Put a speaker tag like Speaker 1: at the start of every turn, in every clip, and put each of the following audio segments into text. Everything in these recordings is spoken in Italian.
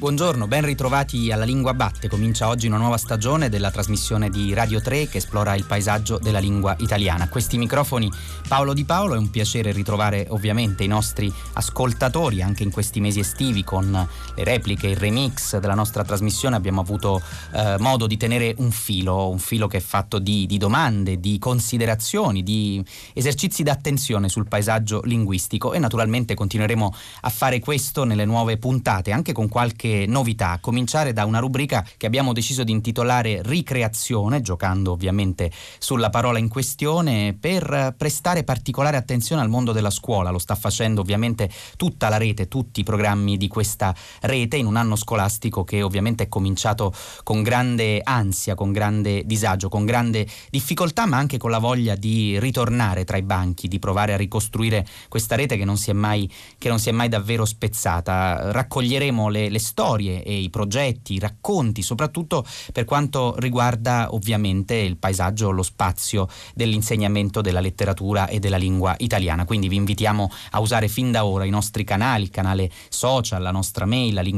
Speaker 1: Buongiorno, ben ritrovati alla Lingua Batte. Comincia oggi una nuova stagione della trasmissione di Radio 3 che esplora il paesaggio della lingua italiana. A questi microfoni Paolo Di Paolo, è un piacere ritrovare ovviamente i nostri ascoltatori anche in questi mesi estivi con le repliche, il remix della nostra trasmissione. Abbiamo avuto modo di tenere un filo che è fatto di domande, di considerazioni, di esercizi d'attenzione sul paesaggio linguistico e naturalmente continueremo a fare questo nelle nuove puntate, anche con qualche novità, a cominciare da una rubrica che abbiamo deciso di intitolare Ricreazione, giocando ovviamente sulla parola in questione, per prestare particolare attenzione al mondo della scuola. Lo sta facendo ovviamente tutta la rete, tutti i programmi di questa rete in un anno scolastico che ovviamente è cominciato con grande ansia, con grande disagio, con grande difficoltà, ma anche con la voglia di ritornare tra i banchi, di provare a ricostruire questa rete che non si è mai davvero spezzata. Raccoglieremo le storie e i progetti, i racconti, soprattutto per quanto riguarda ovviamente il paesaggio, lo spazio dell'insegnamento della letteratura e della lingua italiana. Quindi vi invitiamo a usare fin da ora i nostri canali, il canale social, la nostra mail, la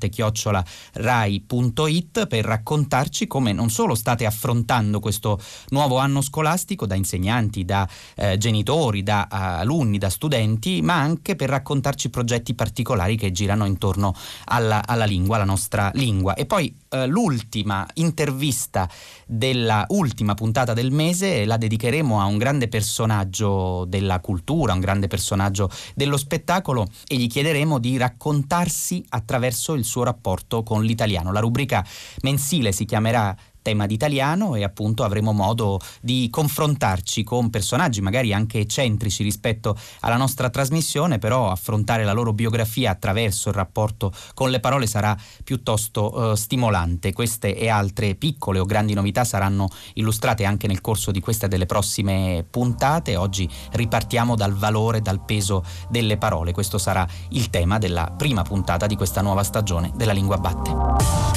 Speaker 1: linguabatte@rai.it, per raccontarci come non solo state affrontando questo nuovo anno scolastico da insegnanti, da genitori, da alunni, da studenti, ma anche per raccontarci progetti particolari che girano intorno alla lingua, alla nostra lingua. E poi l'ultima intervista della ultima puntata del mese la dedicheremo a un grande personaggio della cultura, un grande personaggio dello spettacolo, e gli chiederemo di raccontarsi attraverso il suo rapporto con l'italiano. La rubrica mensile si chiamerà Tema d'italiano e appunto avremo modo di confrontarci con personaggi magari anche eccentrici rispetto alla nostra trasmissione, però affrontare la loro biografia attraverso il rapporto con le parole sarà piuttosto stimolante. Queste e altre piccole o grandi novità saranno illustrate anche nel corso di queste e delle prossime puntate. Oggi ripartiamo dal valore, dal peso delle parole. Questo sarà il tema della prima puntata di questa nuova stagione della Lingua Batte.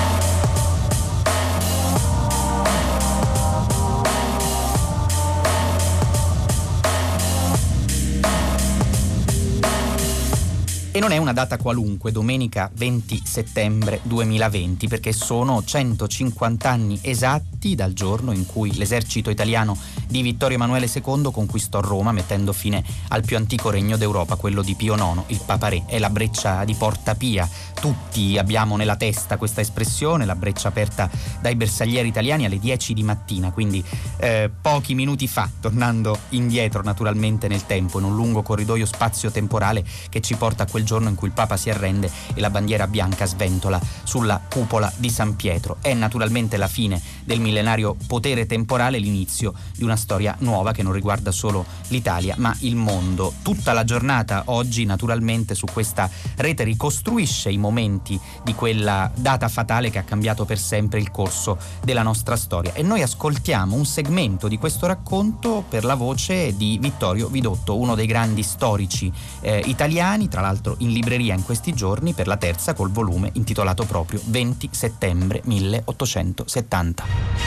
Speaker 1: E non è una data qualunque, domenica 20 settembre 2020, perché sono 150 anni esatti dal giorno in cui l'esercito italiano di Vittorio Emanuele II conquistò Roma, mettendo fine al più antico regno d'Europa, quello di Pio IX, il Papa Re. È la breccia di Porta Pia. Tutti abbiamo nella testa questa espressione, la breccia aperta dai bersaglieri italiani alle 10 di mattina, quindi pochi minuti fa, tornando indietro naturalmente nel tempo, in un lungo corridoio spazio-temporale che ci porta a quel giorno in cui il Papa si arrende e la bandiera bianca sventola sulla cupola di San Pietro. È naturalmente la fine del millenario potere temporale, l'inizio di una storia nuova che non riguarda solo l'Italia ma il mondo. Tutta la giornata oggi naturalmente su questa rete ricostruisce i momenti di quella data fatale che ha cambiato per sempre il corso della nostra storia, e noi ascoltiamo un segmento di questo racconto per la voce di Vittorio Vidotto, uno dei grandi storici italiani, tra l'altro in libreria in questi giorni per la terza col volume intitolato proprio 20 settembre 1870.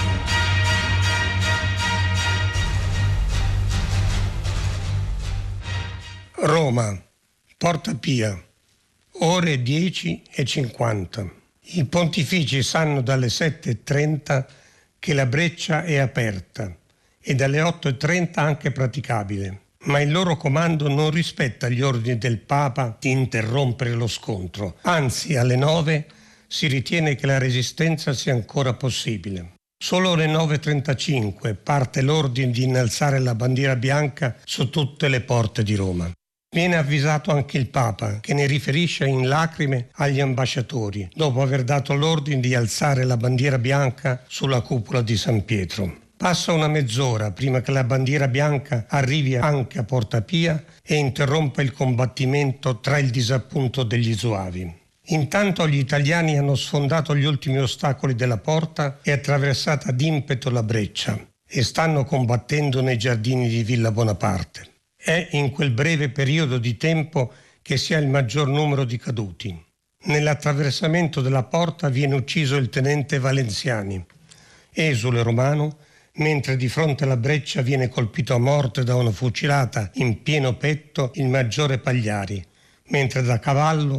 Speaker 2: Roma, Porta Pia, ore 10:50. I pontifici sanno dalle 7:30 che la breccia è aperta e dalle 8:30 anche praticabile. Ma il loro comando non rispetta gli ordini del Papa di interrompere lo scontro. Anzi, alle 9 si ritiene che la resistenza sia ancora possibile. Solo alle 9:35 parte l'ordine di innalzare la bandiera bianca su tutte le porte di Roma. Viene avvisato anche il Papa, che ne riferisce in lacrime agli ambasciatori, dopo aver dato l'ordine di alzare la bandiera bianca sulla cupola di San Pietro. Passa una mezz'ora prima che la bandiera bianca arrivi anche a Porta Pia e interrompa il combattimento tra il disappunto degli Zuavi. Intanto gli italiani hanno sfondato gli ultimi ostacoli della porta e attraversata d'impeto la breccia e stanno combattendo nei giardini di Villa Bonaparte. È in quel breve periodo di tempo che si ha il maggior numero di caduti. Nell'attraversamento della porta viene ucciso il tenente Valenziani, esule romano, mentre di fronte alla breccia viene colpito a morte da una fucilata in pieno petto il maggiore Pagliari, mentre da cavallo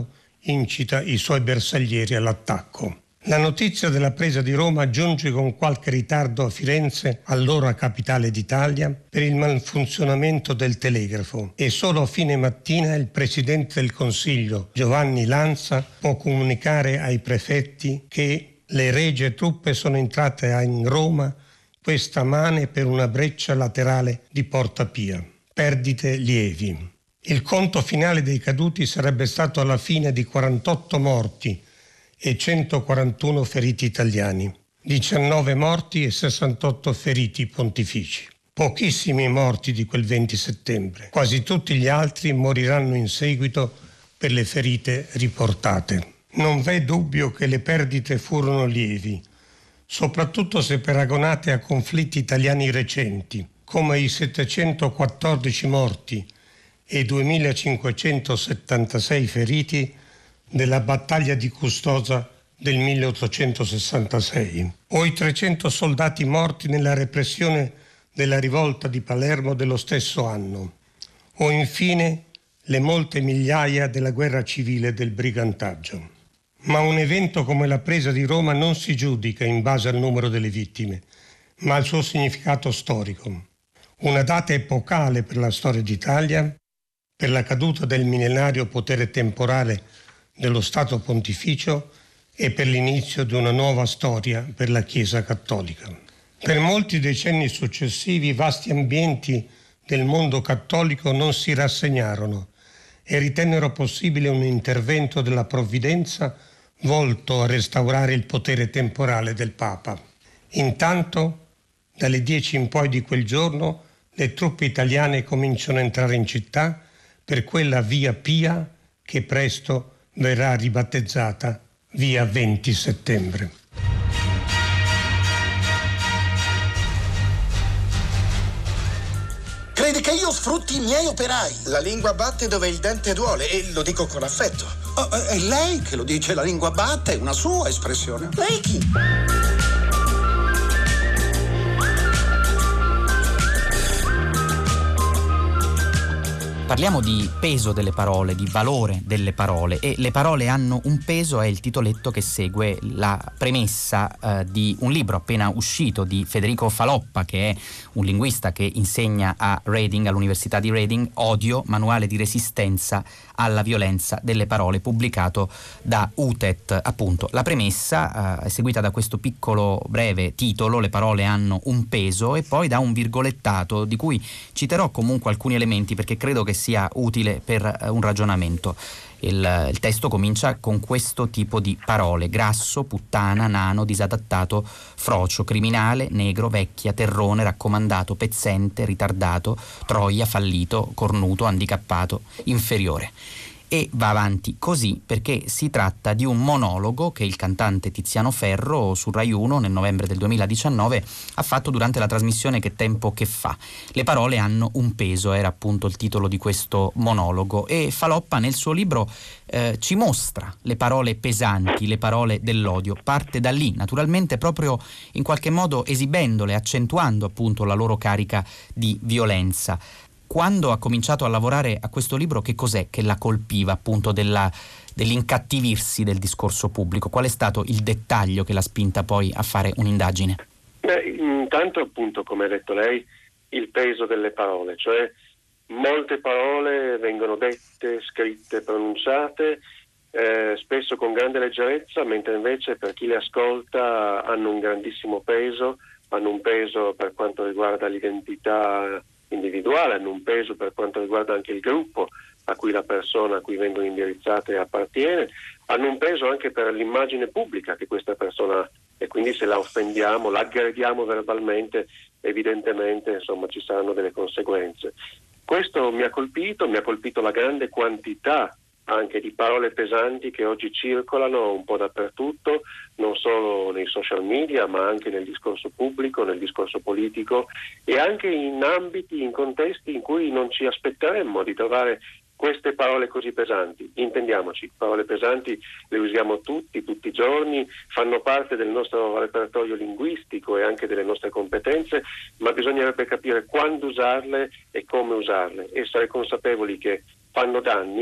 Speaker 2: incita i suoi bersaglieri all'attacco. La notizia della presa di Roma giunge con qualche ritardo a Firenze, allora capitale d'Italia, per il malfunzionamento del telegrafo e solo a fine mattina il Presidente del Consiglio, Giovanni Lanza, può comunicare ai prefetti che le regie truppe sono entrate in Roma questa mane per una breccia laterale di Porta Pia. Perdite lievi. Il conto finale dei caduti sarebbe stato alla fine di 48 morti e 141 feriti italiani, 19 morti e 68 feriti pontifici. Pochissimi morti di quel 20 settembre. Quasi tutti gli altri moriranno in seguito per le ferite riportate. Non v'è dubbio che le perdite furono lievi, soprattutto se paragonate a conflitti italiani recenti, come i 714 morti e i 2576 feriti della battaglia di Custoza del 1866, o i 300 soldati morti nella repressione della rivolta di Palermo dello stesso anno, o infine le molte migliaia della guerra civile del brigantaggio. Ma un evento come la presa di Roma non si giudica in base al numero delle vittime, ma al suo significato storico. Una data epocale per la storia d'Italia, per la caduta del millenario potere temporale dello Stato Pontificio e per l'inizio di una nuova storia per la Chiesa Cattolica. Per molti decenni successivi vasti ambienti del mondo cattolico non si rassegnarono e ritennero possibile un intervento della provvidenza volto a restaurare il potere temporale del Papa. Intanto, dalle 10 in poi di quel giorno, le truppe italiane cominciano a entrare in città per quella via Pia che presto verrà ribattezzata via 20 settembre.
Speaker 3: Credi che io sfrutti i miei operai?
Speaker 4: La lingua batte dove il dente duole e lo dico con affetto.
Speaker 3: Oh, è lei che lo dice, la lingua batte, è una sua espressione. Lei chi?
Speaker 1: Parliamo di peso delle parole, di valore delle parole, e le parole hanno un peso è il titoletto che segue la premessa di un libro appena uscito di Federico Faloppa, che è un linguista che insegna a Reading, all'Università di Reading, Odio, manuale di resistenza alla violenza delle parole, pubblicato da UTET. Appunto, la premessa è seguita da questo piccolo breve titolo, le parole hanno un peso, e poi da un virgolettato di cui citerò comunque alcuni elementi perché credo che sia utile per un ragionamento. Il testo comincia con questo tipo di parole: grasso, puttana, nano, disadattato, frocio, criminale, negro, vecchia, terrone, raccomandato, pezzente, ritardato, troia, fallito, cornuto, handicappato, inferiore. E va avanti così perché si tratta di un monologo che il cantante Tiziano Ferro su Rai 1 nel novembre del 2019 ha fatto durante la trasmissione Che tempo che fa. Le parole hanno un peso, era appunto il titolo di questo monologo, e Faloppa nel suo libro ci mostra le parole pesanti, le parole dell'odio. Parte da lì, naturalmente, proprio in qualche modo esibendole, accentuando appunto la loro carica di violenza. Quando ha cominciato a lavorare a questo libro, che cos'è che la colpiva appunto dell'incattivirsi del discorso pubblico? Qual è stato il dettaglio che l'ha spinta poi a fare un'indagine?
Speaker 5: Intanto, appunto, come ha detto lei, il peso delle parole, cioè molte parole vengono dette, scritte, pronunciate, spesso con grande leggerezza, mentre invece per chi le ascolta hanno un grandissimo peso, hanno un peso per quanto riguarda l'identità individuale, hanno un peso per quanto riguarda anche il gruppo a cui la persona a cui vengono indirizzate appartiene, hanno un peso anche per l'immagine pubblica che questa persona ha, e quindi se la offendiamo, la aggrediamo verbalmente, evidentemente insomma ci saranno delle conseguenze. Questo mi ha colpito la grande quantità anche di parole pesanti che oggi circolano un po' dappertutto, non solo nei social media ma anche nel discorso pubblico, nel discorso politico, e anche in ambiti, in contesti in cui non ci aspetteremmo di trovare queste parole così pesanti. Intendiamoci, parole pesanti le usiamo tutti i giorni, fanno parte del nostro repertorio linguistico e anche delle nostre competenze, ma bisognerebbe capire quando usarle e come usarle, essere consapevoli che fanno danni,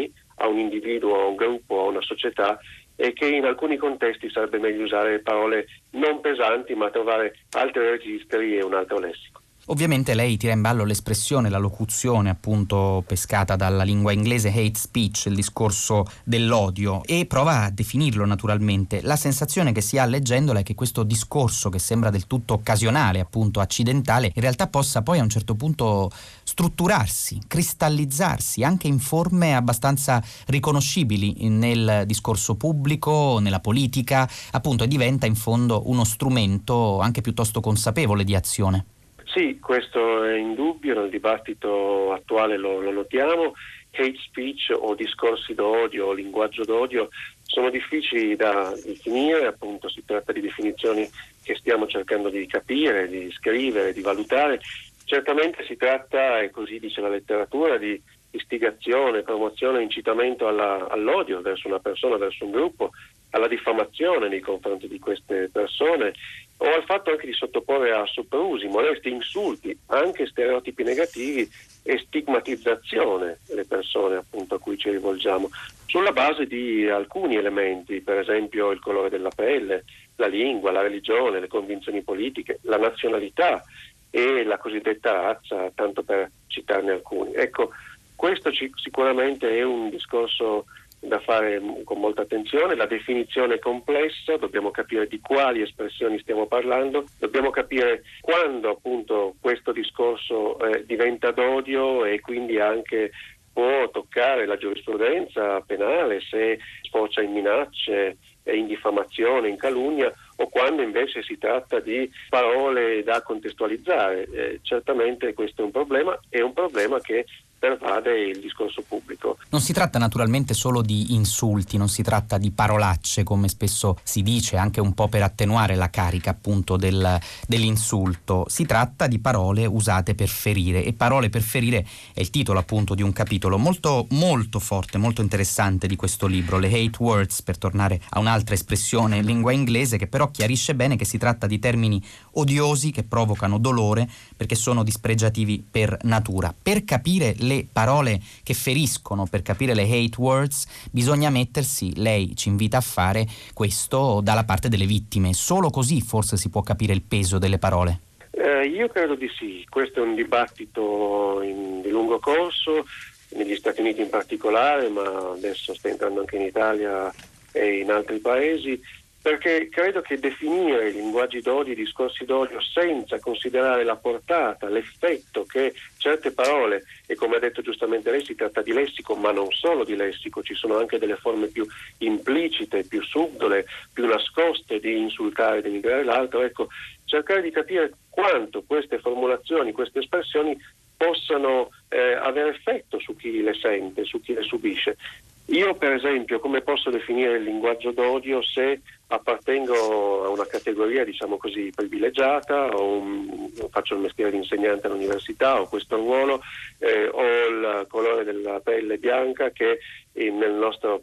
Speaker 5: a un individuo, a un gruppo, a una società, e che in alcuni contesti sarebbe meglio usare parole non pesanti, ma trovare altri registri e un altro lessico.
Speaker 1: Ovviamente lei tira in ballo l'espressione, la locuzione appunto pescata dalla lingua inglese hate speech, il discorso dell'odio, e prova a definirlo naturalmente. La sensazione che si ha leggendola è che questo discorso, che sembra del tutto occasionale, appunto accidentale, in realtà possa poi a un certo punto strutturarsi, cristallizzarsi anche in forme abbastanza riconoscibili nel discorso pubblico, nella politica, appunto, e diventa in fondo uno strumento anche piuttosto consapevole di azione.
Speaker 5: Sì, questo è indubbio, nel dibattito attuale lo notiamo. Hate speech o discorsi d'odio o linguaggio d'odio sono difficili da definire, appunto si tratta di definizioni che stiamo cercando di capire, di scrivere, di valutare. Certamente si tratta, e così dice la letteratura, di istigazione, promozione, incitamento all'odio verso una persona, verso un gruppo, alla diffamazione nei confronti di queste persone, o al fatto anche di sottoporre a soprusi, molesti, insulti, anche stereotipi negativi e stigmatizzazione le persone appunto a cui ci rivolgiamo, sulla base di alcuni elementi, per esempio il colore della pelle, la lingua, la religione, le convinzioni politiche, la nazionalità e la cosiddetta razza, tanto per citarne alcuni. Ecco, questo sicuramente è un discorso da fare con molta attenzione. La definizione è complessa, dobbiamo capire di quali espressioni stiamo parlando, dobbiamo capire quando appunto questo discorso diventa d'odio e quindi anche può toccare la giurisprudenza penale, se sfocia in minacce, in diffamazione, in calunnia, o quando invece si tratta di parole da contestualizzare. Certamente questo è un problema che pervade il discorso pubblico.
Speaker 1: Non si tratta naturalmente solo di insulti, non si tratta di parolacce, come spesso si dice, anche un po' per attenuare la carica appunto dell'insulto. Si tratta di parole usate per ferire, e parole per ferire è il titolo appunto di un capitolo molto molto forte, molto interessante di questo libro, le hate words, per tornare a un'altra espressione in lingua inglese, che però chiarisce bene che si tratta di termini odiosi che provocano dolore perché sono dispregiativi per natura. Per capire le parole che feriscono, per capire le hate words, bisogna mettersi, lei ci invita a fare questo, dalla parte delle vittime. Solo così forse si può capire il peso delle parole.
Speaker 5: Io credo di sì. Questo è un dibattito di lungo corso, negli Stati Uniti in particolare, ma adesso sta entrando anche in Italia e in altri paesi, perché credo che definire i linguaggi d'odio, i discorsi d'odio, senza considerare la portata, l'effetto che certe parole, e come ha detto giustamente lei, si tratta di lessico, ma non solo di lessico, ci sono anche delle forme più implicite, più subdole, più nascoste di insultare, di denigrare l'altro. Ecco, cercare di capire quanto queste formulazioni, queste espressioni possano avere effetto su chi le sente, su chi le subisce. Io per esempio come posso definire il linguaggio d'odio se appartengo a una categoria diciamo così privilegiata, faccio il mestiere di insegnante all'università, ho questo ruolo, ho il colore della pelle bianca che nel nostro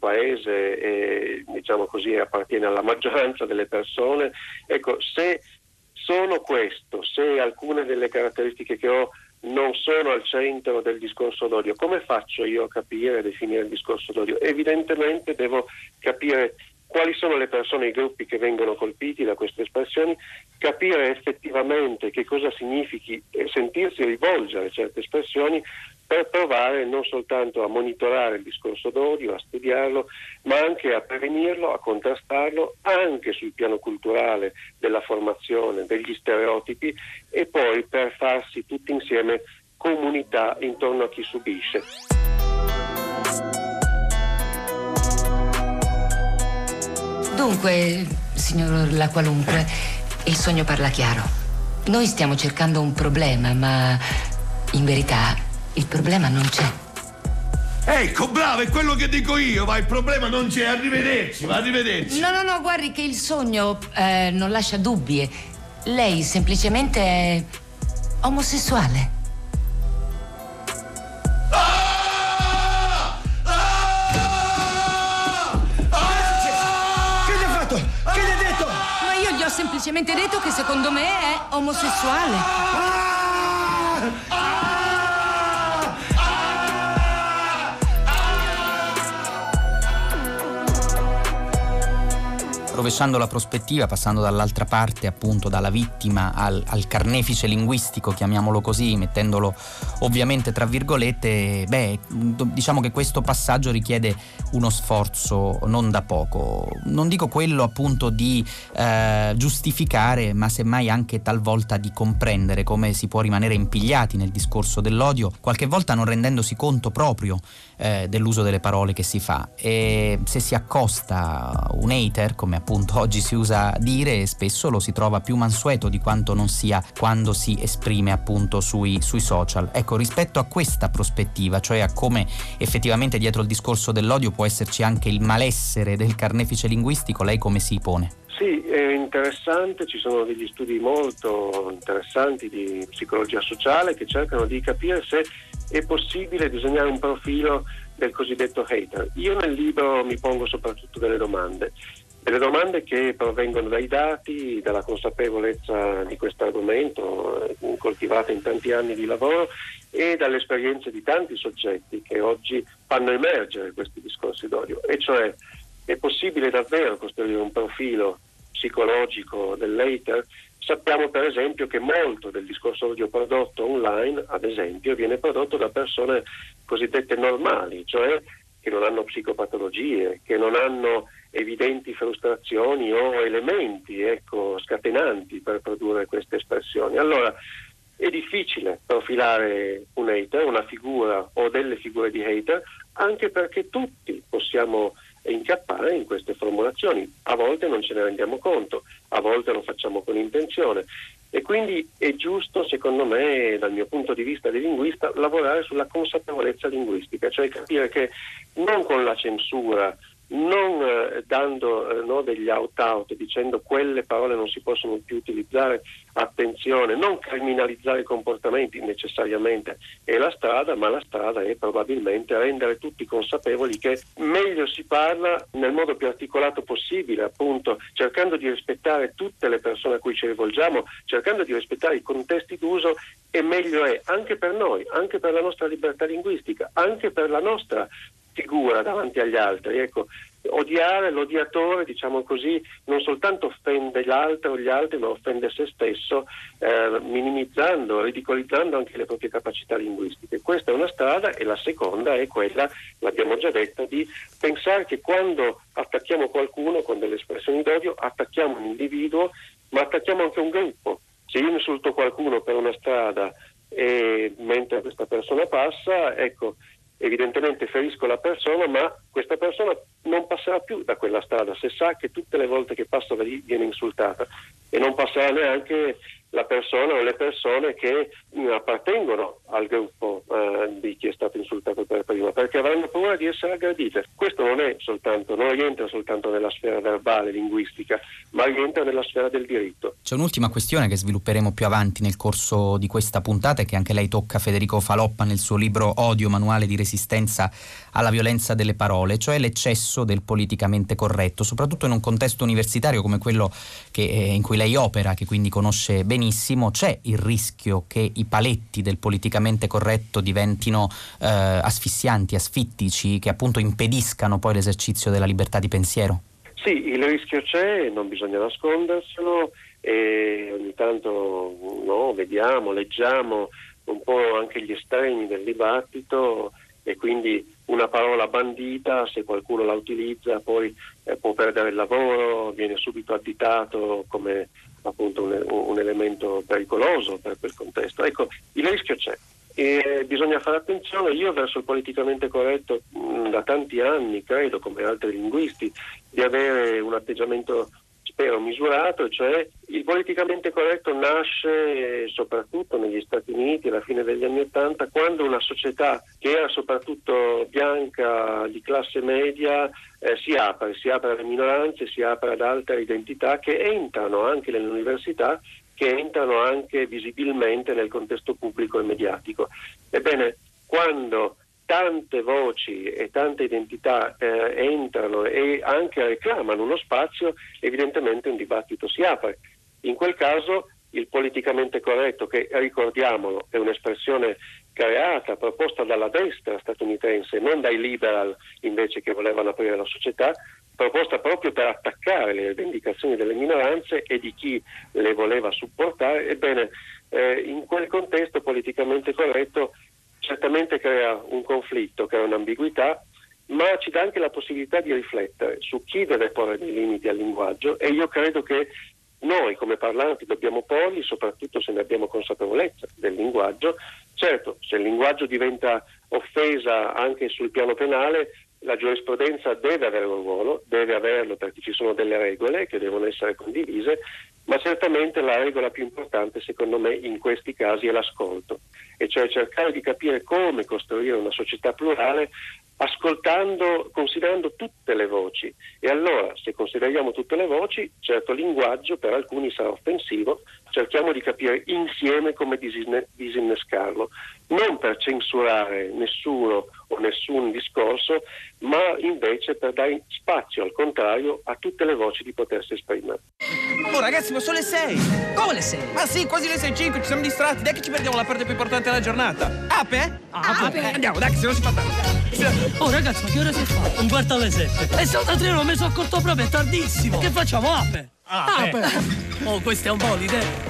Speaker 5: paese diciamo così appartiene alla maggioranza delle persone. Ecco, se solo questo, se alcune delle caratteristiche che ho non sono al centro del discorso d'odio, come faccio io a capire e definire il discorso d'odio? Evidentemente devo capire quali sono le persone, i gruppi che vengono colpiti da queste espressioni, capire effettivamente che cosa significhi sentirsi rivolgere a certe espressioni, per provare non soltanto a monitorare il discorso d'odio, a studiarlo, ma anche a prevenirlo, a contrastarlo, anche sul piano culturale della formazione, degli stereotipi, e poi per farsi tutti insieme comunità intorno a chi subisce.
Speaker 6: Dunque, signor La Qualunque, il sogno parla chiaro. Noi stiamo cercando un problema, ma in verità il problema non c'è.
Speaker 7: Ecco, bravo, è quello che dico io, ma il problema non c'è. Arrivederci, va, arrivederci.
Speaker 6: No, guardi che il sogno non lascia dubbi. Lei semplicemente è omosessuale.
Speaker 7: Che gli ha fatto? Che gli ha detto?
Speaker 6: Ma io gli ho semplicemente detto che secondo me è omosessuale.
Speaker 1: rovesciando la prospettiva, passando dall'altra parte, appunto dalla vittima al carnefice linguistico, chiamiamolo così, mettendolo ovviamente tra virgolette, diciamo che questo passaggio richiede uno sforzo non da poco. Non dico quello appunto di giustificare, ma semmai anche talvolta di comprendere come si può rimanere impigliati nel discorso dell'odio, qualche volta non rendendosi conto proprio dell'uso delle parole che si fa. E se si accosta un hater, come appunto oggi si usa dire, spesso lo si trova più mansueto di quanto non sia quando si esprime appunto sui social. Ecco, rispetto a questa prospettiva, cioè a come effettivamente dietro il discorso dell'odio può esserci anche il malessere del carnefice linguistico, lei come si pone?
Speaker 5: Sì, è interessante, ci sono degli studi molto interessanti di psicologia sociale che cercano di capire se è possibile disegnare un profilo del cosiddetto hater. Io nel libro mi pongo soprattutto delle domande che provengono dai dati, dalla consapevolezza di questo argomento coltivata in tanti anni di lavoro e dalle esperienze di tanti soggetti che oggi fanno emergere questi discorsi d'odio. E cioè, è possibile davvero costruire un profilo psicologico dell'hater? Sappiamo per esempio che molto del discorso odio prodotto online, ad esempio, viene prodotto da persone cosiddette normali, cioè che non hanno psicopatologie, che non hanno evidenti frustrazioni o elementi scatenanti per produrre queste espressioni. Allora è difficile profilare un hater, una figura o delle figure di hater, anche perché tutti possiamo incappare in queste formulazioni. A volte non ce ne rendiamo conto, a volte lo facciamo con intenzione, e quindi è giusto, secondo me, dal mio punto di vista di linguista, lavorare sulla consapevolezza linguistica, cioè capire che non con la censura, non dando degli out dicendo quelle parole non si possono più utilizzare, attenzione, non criminalizzare i comportamenti necessariamente è la strada, ma la strada è probabilmente rendere tutti consapevoli che meglio si parla nel modo più articolato possibile, appunto cercando di rispettare tutte le persone a cui ci rivolgiamo, cercando di rispettare i contesti d'uso, e meglio è anche per noi, anche per la nostra libertà linguistica, anche per la nostra figura davanti agli altri. Ecco, odiare, l'odiatore, diciamo così, non soltanto offende l'altro o gli altri, ma offende se stesso, minimizzando, ridicolizzando anche le proprie capacità linguistiche. Questa è una strada, e la seconda è quella, l'abbiamo già detto, di pensare che quando attacchiamo qualcuno con delle espressioni d'odio, attacchiamo un individuo, ma attacchiamo anche un gruppo. Se io insulto qualcuno per una strada e mentre questa persona passa, ecco, evidentemente ferisco la persona, ma questa persona non passerà più da quella strada se sa che tutte le volte che passa da lì viene insultata, e non passerà neanche la persona o le persone che appartengono al gruppo di chi è stato insultato per prima, perché avranno paura di essere aggredite. Questo non rientra soltanto nella sfera verbale, linguistica, ma rientra nella sfera del diritto.
Speaker 1: C'è un'ultima questione che svilupperemo più avanti nel corso di questa puntata e che anche lei tocca, Federico Faloppa, nel suo libro Odio, manuale di resistenza alla violenza delle parole, cioè l'eccesso del politicamente corretto, soprattutto in un contesto universitario come quello in cui lei opera, che quindi conosce benissimo. C'è il rischio che i paletti del politicamente corretto diventino asfissianti, asfittici, che appunto impediscano poi l'esercizio della libertà di pensiero?
Speaker 5: Sì, il rischio c'è, non bisogna nasconderselo, e ogni tanto vediamo, leggiamo un po' anche gli estremi del dibattito, e quindi una parola bandita, se qualcuno la utilizza, poi può perdere il lavoro, viene subito additato come appunto un elemento pericoloso per quel contesto. Ecco, il rischio c'è e bisogna fare attenzione. Io verso il politicamente corretto da tanti anni credo, come altri linguisti, di avere un atteggiamento spero misurato, cioè il politicamente corretto nasce soprattutto negli Stati Uniti alla fine degli anni '80, quando una società che era soprattutto bianca, di classe media, si apre alle minoranze, si apre ad altre identità che entrano anche nelle università, che entrano anche visibilmente nel contesto pubblico e mediatico. Ebbene, quando tante voci e tante identità entrano e anche reclamano uno spazio, evidentemente un dibattito si apre. In quel caso il politicamente corretto, che ricordiamolo è un'espressione creata, proposta dalla destra statunitense, non dai liberal invece che volevano aprire la società, proposta proprio per attaccare le rivendicazioni delle minoranze e di chi le voleva supportare. Ebbene, in quel contesto politicamente corretto certamente crea un conflitto, crea un'ambiguità, ma ci dà anche la possibilità di riflettere su chi deve porre dei limiti al linguaggio, e io credo che noi come parlanti dobbiamo porli, soprattutto se ne abbiamo consapevolezza del linguaggio. Certo, se il linguaggio diventa offesa anche sul piano penale, la giurisprudenza deve avere un ruolo, deve averlo perché ci sono delle regole che devono essere condivise, ma certamente la regola più importante secondo me in questi casi è l'ascolto, e cioè cercare di capire come costruire una società plurale ascoltando, considerando tutte le voci. E allora, se consideriamo tutte le voci, certo linguaggio per alcuni sarà offensivo, cerchiamo di capire insieme come disinnescarlo, non per censurare nessuno o nessun discorso, ma invece per dare spazio, al contrario, a tutte le voci di potersi esprimere.
Speaker 8: Oh ragazzi, ma sono le 6!
Speaker 9: Come le 6?
Speaker 8: Ma sì, quasi le 6:05, ci siamo distratti, dai che ci perdiamo la parte più importante della giornata. Ape?
Speaker 9: Ape.
Speaker 8: Andiamo, dai che se no si fa tardi.
Speaker 9: Oh ragazzi, ma che ora si fa? 1:45. E sono da 3, non mi sono accorto proprio, è tardissimo. Che facciamo? Ape? Oh, questo è un po' l'idea.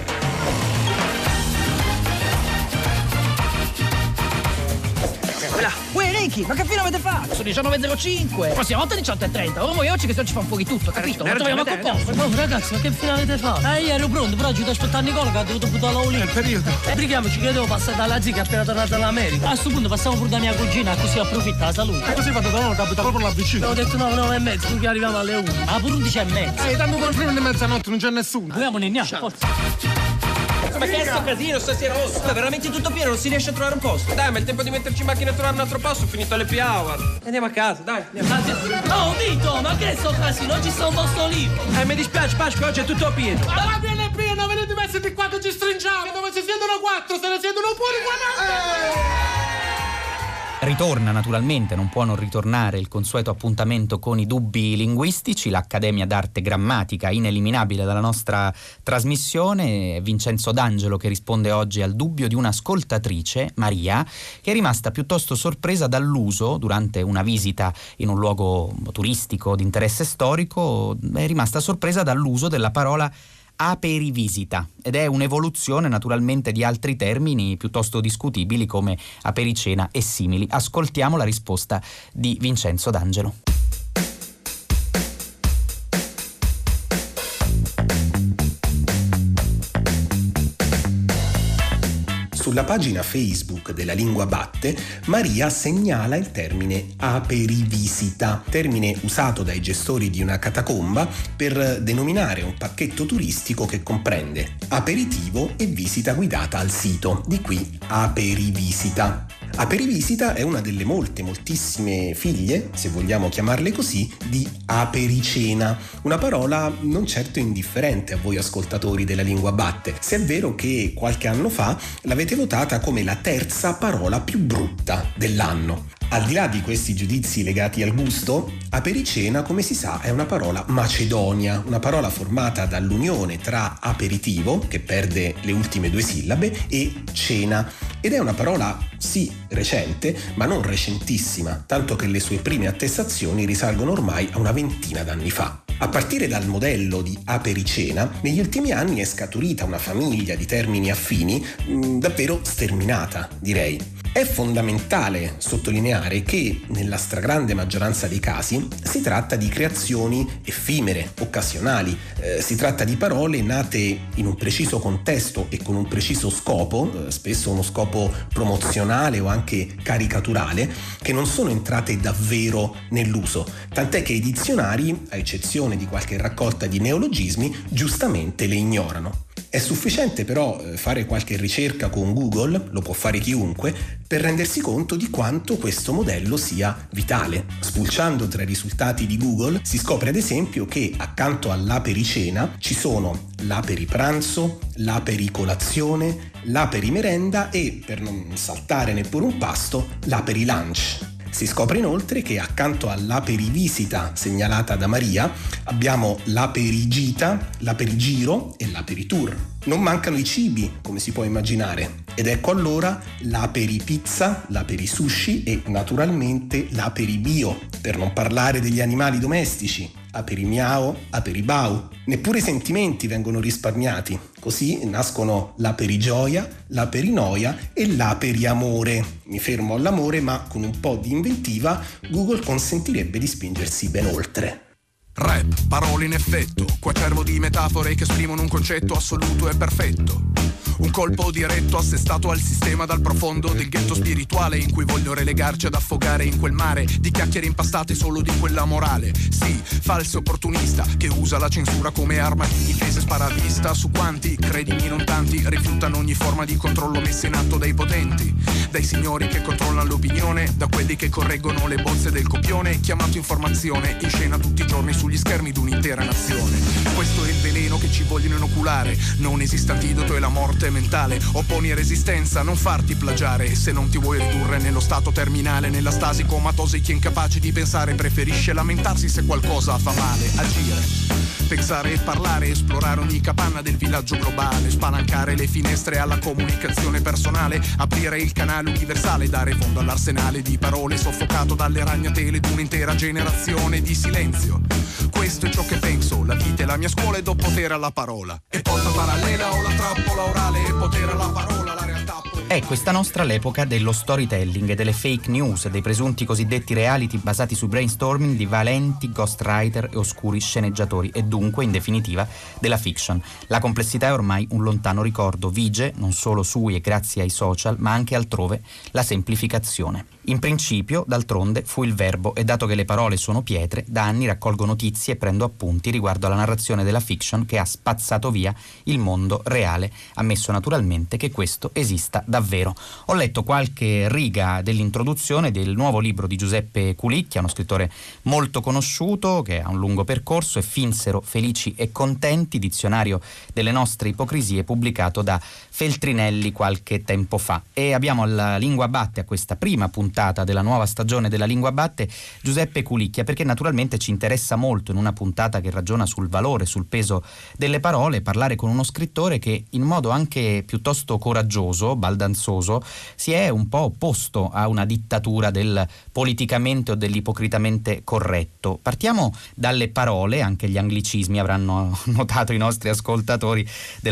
Speaker 8: Uè Ricky, ma che fine avete fatto?
Speaker 9: Sono 19:05. Prossima volta 18:30. Ora muoviamoci che se no ci fa un po' di tutto, capito? Ma troviamo a posto. Oh ragazzi, ma che fine avete fatto? Io ero pronto, però ci devo aspettare Nicola che ha dovuto buttare l'olio.
Speaker 7: È periodo.
Speaker 9: Brighiamoci che devo passare dalla zia che è appena tornata dall'America. A sto punto passiamo pure da mia cugina, così approfitta la salute.
Speaker 7: E così vado da loro che abita proprio là vicino.
Speaker 9: Ho detto 9:30, tu che arriviamo alle 1. Ah, pure 11:30.
Speaker 7: Dammi pure prima di mezzanotte, non c'è nessuno.
Speaker 9: Andiamo, Nennià, forza.
Speaker 8: Ma che è sto casino stasera? Oh, è veramente tutto pieno, non si riesce a trovare un posto. Dai, ma è il tempo di metterci in macchina e trovare un altro posto, ho finito l'happy hour. Andiamo a casa, dai.
Speaker 9: Oh, Vito, ma che è sto casino? Non ci sta un posto libero.
Speaker 8: Mi dispiace, Pasqua, oggi è tutto pieno.
Speaker 7: Ma va bene, pieno, venite messi di qua che ci stringiamo. Dove si siedono 4, se ne siedono pure 40.
Speaker 1: Ritorna naturalmente, non può non ritornare il consueto appuntamento con i dubbi linguistici, l'Accademia d'Arte Grammatica ineliminabile dalla nostra trasmissione. Vincenzo D'Angelo che risponde oggi al dubbio di un'ascoltatrice, Maria, che è rimasta piuttosto sorpresa dall'uso, durante una visita in un luogo turistico di interesse storico, è rimasta sorpresa dall'uso della parola aperivisita, ed è un'evoluzione naturalmente di altri termini piuttosto discutibili come apericena e simili. Ascoltiamo la risposta di Vincenzo D'Angelo.
Speaker 10: Sulla pagina Facebook della Lingua Batte, Maria segnala il termine aperivisita, termine usato dai gestori di una catacomba per denominare un pacchetto turistico che comprende aperitivo e visita guidata al sito, di qui aperivisita. Aperivisita è una delle moltissime figlie, se vogliamo chiamarle così, di apericena, una parola non certo indifferente a voi ascoltatori della Lingua Batte, se è vero che qualche anno fa l'avete votata come la terza parola più brutta dell'anno. Al di là di questi giudizi legati al gusto, apericena, come si sa, è una parola macedonia, una parola formata dall'unione tra aperitivo, che perde le ultime 2 sillabe, e cena, ed è una parola sì recente, ma non recentissima, tanto che le sue prime attestazioni risalgono ormai a una ventina d'anni fa. A partire dal modello di apericena, negli ultimi anni è scaturita una famiglia di termini affini davvero sterminata, direi. È fondamentale sottolineare che, nella stragrande maggioranza dei casi, si tratta di creazioni effimere, occasionali. Si tratta di parole nate in un preciso contesto e con un preciso scopo, spesso uno scopo promozionale o anche caricaturale, che non sono entrate davvero nell'uso. Tant'è che i dizionari, a eccezione di qualche raccolta di neologismi, giustamente le ignorano. È sufficiente però fare qualche ricerca con Google, lo può fare chiunque, per rendersi conto di quanto questo modello sia vitale. Spulciando tra i risultati di Google si scopre ad esempio che accanto all'apericena ci sono l'aperipranzo, l'apericolazione, l'aperimerenda e, per non saltare neppure un pasto, l'aperilunch. Si scopre inoltre che accanto all'aperivisita segnalata da Maria abbiamo l'aperigita, l'aperigiro e l'aperitour. Non mancano i cibi, come si può immaginare, ed ecco allora l'aperipizza, l'aperisushi e naturalmente l'aperibio, per non parlare degli animali domestici, aperimiao, aperibau. Neppure i sentimenti vengono risparmiati. Così nascono l'aperigioia, l'aperinoia e l'aperiamore. Mi fermo all'amore, ma con un po' di inventiva Google consentirebbe di spingersi ben oltre.
Speaker 11: Rap, parole in effetto, quatervo di metafore che esprimono un concetto assoluto e perfetto. Un colpo diretto assestato al sistema dal profondo del ghetto spirituale in cui voglio relegarci ad affogare in quel mare di chiacchiere impastate solo di quella morale. Sì, falso opportunista che usa la censura come arma di difesa e spara a vista su quanti, credimi non tanti, rifiutano ogni forma di controllo messa in atto dai potenti, dai signori che controllano l'opinione, da quelli che correggono le bozze del copione, chiamato informazione, in scena tutti i giorni sugli schermi d'un'intera nazione. Questo è il veleno che ci vogliono inoculare, non esiste antidoto e la morte mentale. Opponi resistenza, non farti plagiare. Se non ti vuoi ridurre nello stato terminale, nella stasi comatosa, chi è incapace di pensare preferisce lamentarsi se qualcosa fa male. Agire, pensare e parlare, esplorare ogni capanna del villaggio globale, spalancare le finestre alla comunicazione personale, aprire il canale universale, dare fondo all'arsenale di parole soffocato dalle ragnatele d'un'intera generazione di silenzio. Questo è ciò che penso, la vita è la mia scuola e do potere alla parola. E porta parallela o la trappola orale, e potere alla parola, la realtà.
Speaker 1: È questa nostra l'epoca dello storytelling e delle fake news, dei presunti cosiddetti reality basati su brainstorming di valenti ghostwriter e oscuri sceneggiatori e dunque, in definitiva, della fiction. La complessità è ormai un lontano ricordo, vige non solo sui e grazie ai social, ma anche altrove la semplificazione. In principio, d'altronde, fu il verbo e dato che le parole sono pietre, da anni raccolgo notizie e prendo appunti riguardo alla narrazione della fiction che ha spazzato via il mondo reale, ammesso naturalmente che questo esista davvero. Ho letto qualche riga dell'introduzione del nuovo libro di Giuseppe Culicchia, uno scrittore molto conosciuto che ha un lungo percorso, e Finsero, felici e contenti, dizionario delle nostre ipocrisie, pubblicato da Feltrinelli qualche tempo fa. E abbiamo alla Lingua Batte, a questa prima puntata della nuova stagione della Lingua Batte, Giuseppe Culicchia, perché naturalmente ci interessa molto, in una puntata che ragiona sul valore, sul peso delle parole, parlare con uno scrittore che in modo anche piuttosto coraggioso, baldanzoso, si è un po' opposto a una dittatura del politicamente o dell'ipocritamente corretto. Partiamo dalle parole, anche gli anglicismi avranno notato i nostri ascoltatori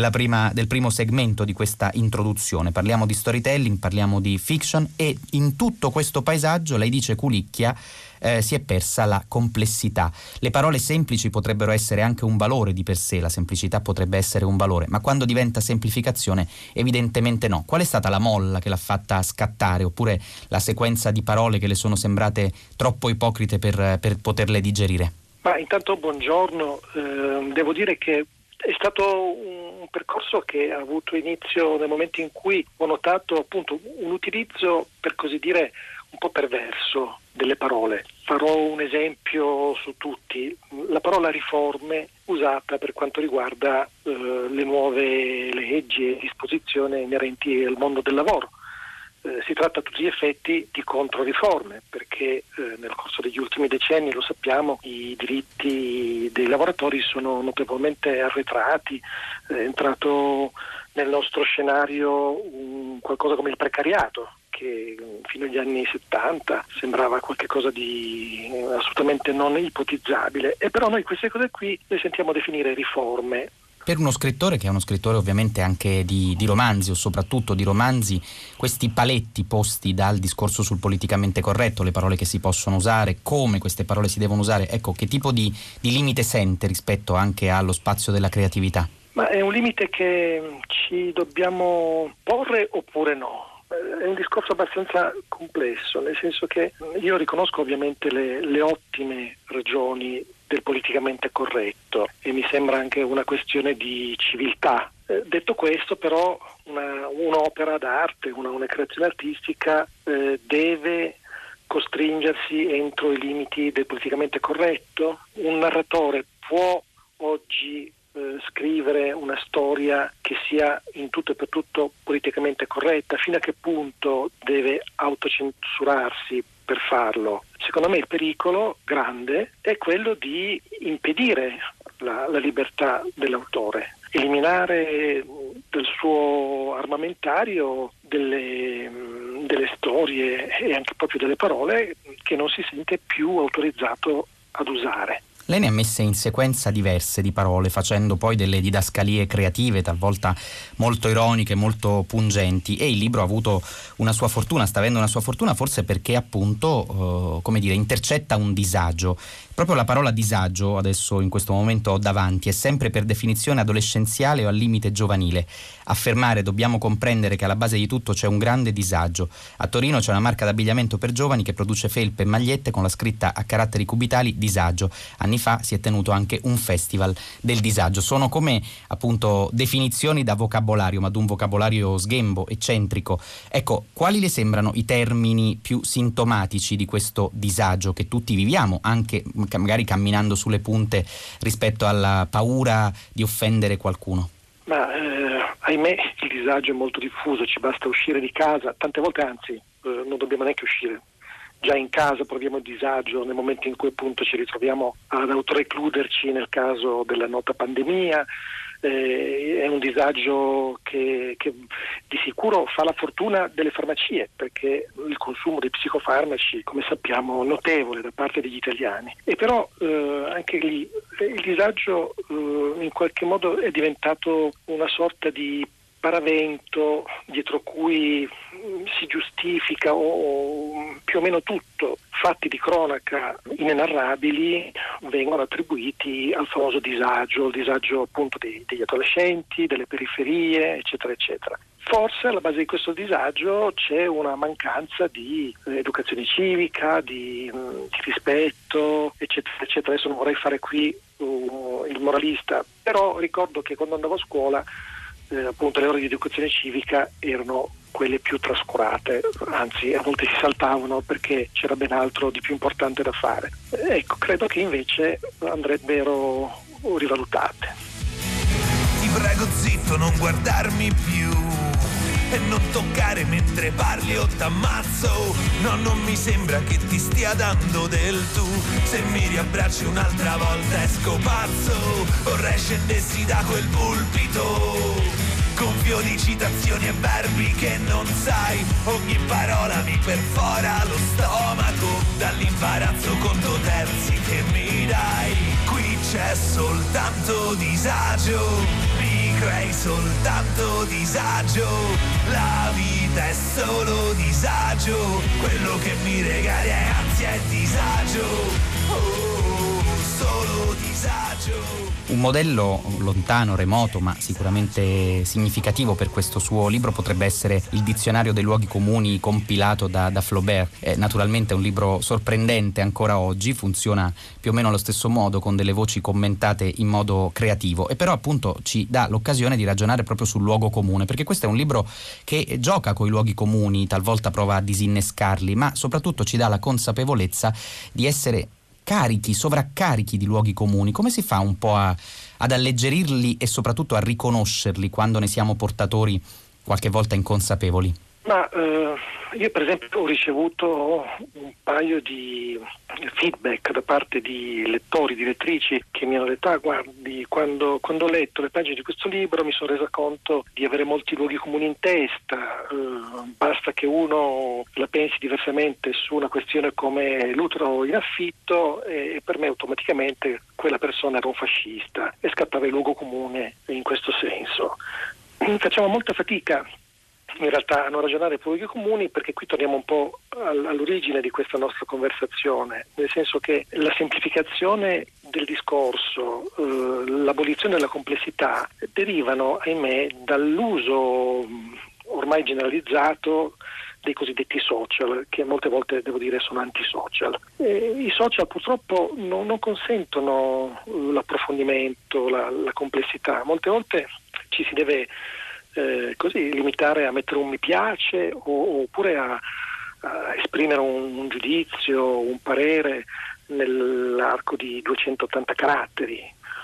Speaker 1: del primo segmento di questa introduzione. Parliamo di storytelling, parliamo di fiction, e in tutto questo paesaggio, lei dice, Culicchia, si è persa la complessità. Le parole semplici potrebbero essere anche un valore di per sé, la semplicità potrebbe essere un valore, ma quando diventa semplificazione evidentemente no. Qual è stata la molla che l'ha fatta scattare, oppure la sequenza di parole che le sono sembrate troppo ipocrite per poterle digerire?
Speaker 12: Ma intanto buongiorno, devo dire che è stato un percorso che ha avuto inizio nel momento in cui ho notato appunto un utilizzo, per così dire, un po' perverso delle parole. Farò un esempio su tutti: la parola riforme usata per quanto riguarda le nuove leggi e disposizioni inerenti al mondo del lavoro. Si tratta a tutti gli effetti di controriforme, perché nel corso degli ultimi decenni, lo sappiamo, i diritti dei lavoratori sono notevolmente arretrati. È entrato nel nostro scenario qualcosa come il precariato, che fino agli anni 70 sembrava qualcosa di assolutamente non ipotizzabile, e però noi queste cose qui le sentiamo definire riforme.
Speaker 1: Per uno scrittore che è uno scrittore ovviamente anche di romanzi, o soprattutto di romanzi, questi paletti posti dal discorso sul politicamente corretto, le parole che si possono usare, come queste parole si devono usare, ecco, che tipo di limite sente rispetto anche allo spazio della creatività?
Speaker 12: Ma è un limite che ci dobbiamo porre oppure no? È un discorso abbastanza complesso, nel senso che io riconosco ovviamente le ottime ragioni del politicamente corretto, e mi sembra anche una questione di civiltà. Detto questo, però, un'opera d'arte, una creazione artistica deve costringersi entro i limiti del politicamente corretto. Un narratore può oggi scrivere una storia che sia in tutto e per tutto politicamente corretta? Fino a che punto deve autocensurarsi per farlo? Secondo me il pericolo grande è quello di impedire la libertà dell'autore, eliminare dal suo armamentario delle storie e anche proprio delle parole che non si sente più autorizzato ad usare.
Speaker 1: Lei ne ha messe in sequenza diverse di parole, facendo poi delle didascalie creative, talvolta molto ironiche, molto pungenti, e il libro ha avuto una sua fortuna, sta avendo una sua fortuna forse perché appunto, intercetta un disagio. Proprio la parola disagio, adesso in questo momento ho davanti, è sempre per definizione adolescenziale o al limite giovanile. Affermare, dobbiamo comprendere che alla base di tutto c'è un grande disagio. A Torino c'è una marca d'abbigliamento per giovani che produce felpe e magliette con la scritta a caratteri cubitali disagio. Anni fa si è tenuto anche un festival del disagio. Sono come appunto definizioni da vocabolario, ma di un vocabolario sghembo, eccentrico. Ecco, quali le sembrano i termini più sintomatici di questo disagio che tutti viviamo, anche magari camminando sulle punte rispetto alla paura di offendere qualcuno?
Speaker 12: Ma ahimè il disagio è molto diffuso, ci basta uscire di casa, tante volte anzi non dobbiamo neanche uscire. Già in casa proviamo il disagio nel momento in cui appunto ci ritroviamo ad autorecluderci nel caso della nota pandemia. È un disagio che di sicuro fa la fortuna delle farmacie, perché il consumo di psicofarmaci, come sappiamo, è notevole da parte degli italiani. E però anche lì il disagio in qualche modo è diventato una sorta di paravento dietro cui si giustifica o più o meno tutto. Fatti di cronaca inenarrabili vengono attribuiti al famoso disagio, il disagio appunto degli adolescenti, delle periferie, eccetera, eccetera. Forse alla base di questo disagio c'è una mancanza di educazione civica, di rispetto, eccetera, eccetera. Adesso non vorrei fare qui il moralista, però ricordo che quando andavo a scuola appunto le ore di educazione civica erano quelle più trascurate, anzi a volte si saltavano perché c'era ben altro di più importante da fare. Ecco, credo che invece andrebbero rivalutate.
Speaker 13: Ti prego zitto, non guardarmi più e non toccare mentre parli o t'ammazzo. No, non mi sembra che ti stia dando del tu. Se mi riabbracci un'altra volta esco pazzo. Vorrei scendessi da quel pulpito gonfio di citazioni e verbi che non sai. Ogni parola mi perfora lo stomaco dall'imbarazzo conto terzi che mi dai. Qui c'è soltanto disagio, mi crei soltanto disagio. La vita è solo disagio, quello che mi regali è ansia e disagio. Solo disagio.
Speaker 1: Un modello lontano, remoto, ma sicuramente significativo per questo suo libro potrebbe essere il Dizionario dei luoghi comuni compilato da Flaubert. Naturalmente è un libro sorprendente ancora oggi, funziona più o meno allo stesso modo, con delle voci commentate in modo creativo, e però appunto ci dà l'occasione di ragionare proprio sul luogo comune, perché questo è un libro che gioca con i luoghi comuni, talvolta prova a disinnescarli, ma soprattutto ci dà la consapevolezza di essere carichi, sovraccarichi di luoghi comuni. Come si fa un po' ad alleggerirli e soprattutto a riconoscerli quando ne siamo portatori qualche volta inconsapevoli?
Speaker 12: Ma io per esempio ho ricevuto un paio di feedback da parte di lettori, di lettrici che mi hanno detto: guardi, quando ho letto le pagine di questo libro mi sono resa conto di avere molti luoghi comuni in testa, basta che uno la pensi diversamente su una questione come l'utero in affitto e per me automaticamente quella persona era un fascista e scattava il luogo comune in questo senso. Facciamo molta fatica in realtà a non ragionare per luoghi comuni, perché qui torniamo un po' all'origine di questa nostra conversazione, nel senso che la semplificazione del discorso, l'abolizione della complessità derivano, ahimè, dall'uso ormai generalizzato dei cosiddetti social, che molte volte devo dire sono antisocial. I social purtroppo non consentono l'approfondimento, la complessità. Molte volte ci si deve così limitare a mettere un mi piace oppure a esprimere un giudizio, un parere nell'arco di 280 caratteri,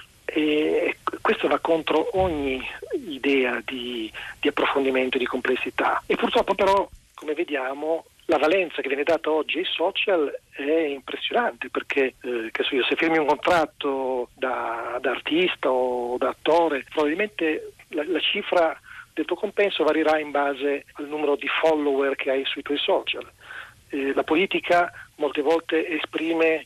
Speaker 12: e questo va contro ogni idea di approfondimento e di complessità. E purtroppo però, come vediamo, la valenza che viene data oggi ai social è impressionante, perché se firmi un contratto da artista o da attore, probabilmente la cifra del tuo compenso varierà in base al numero di follower che hai sui tuoi social. La politica molte volte esprime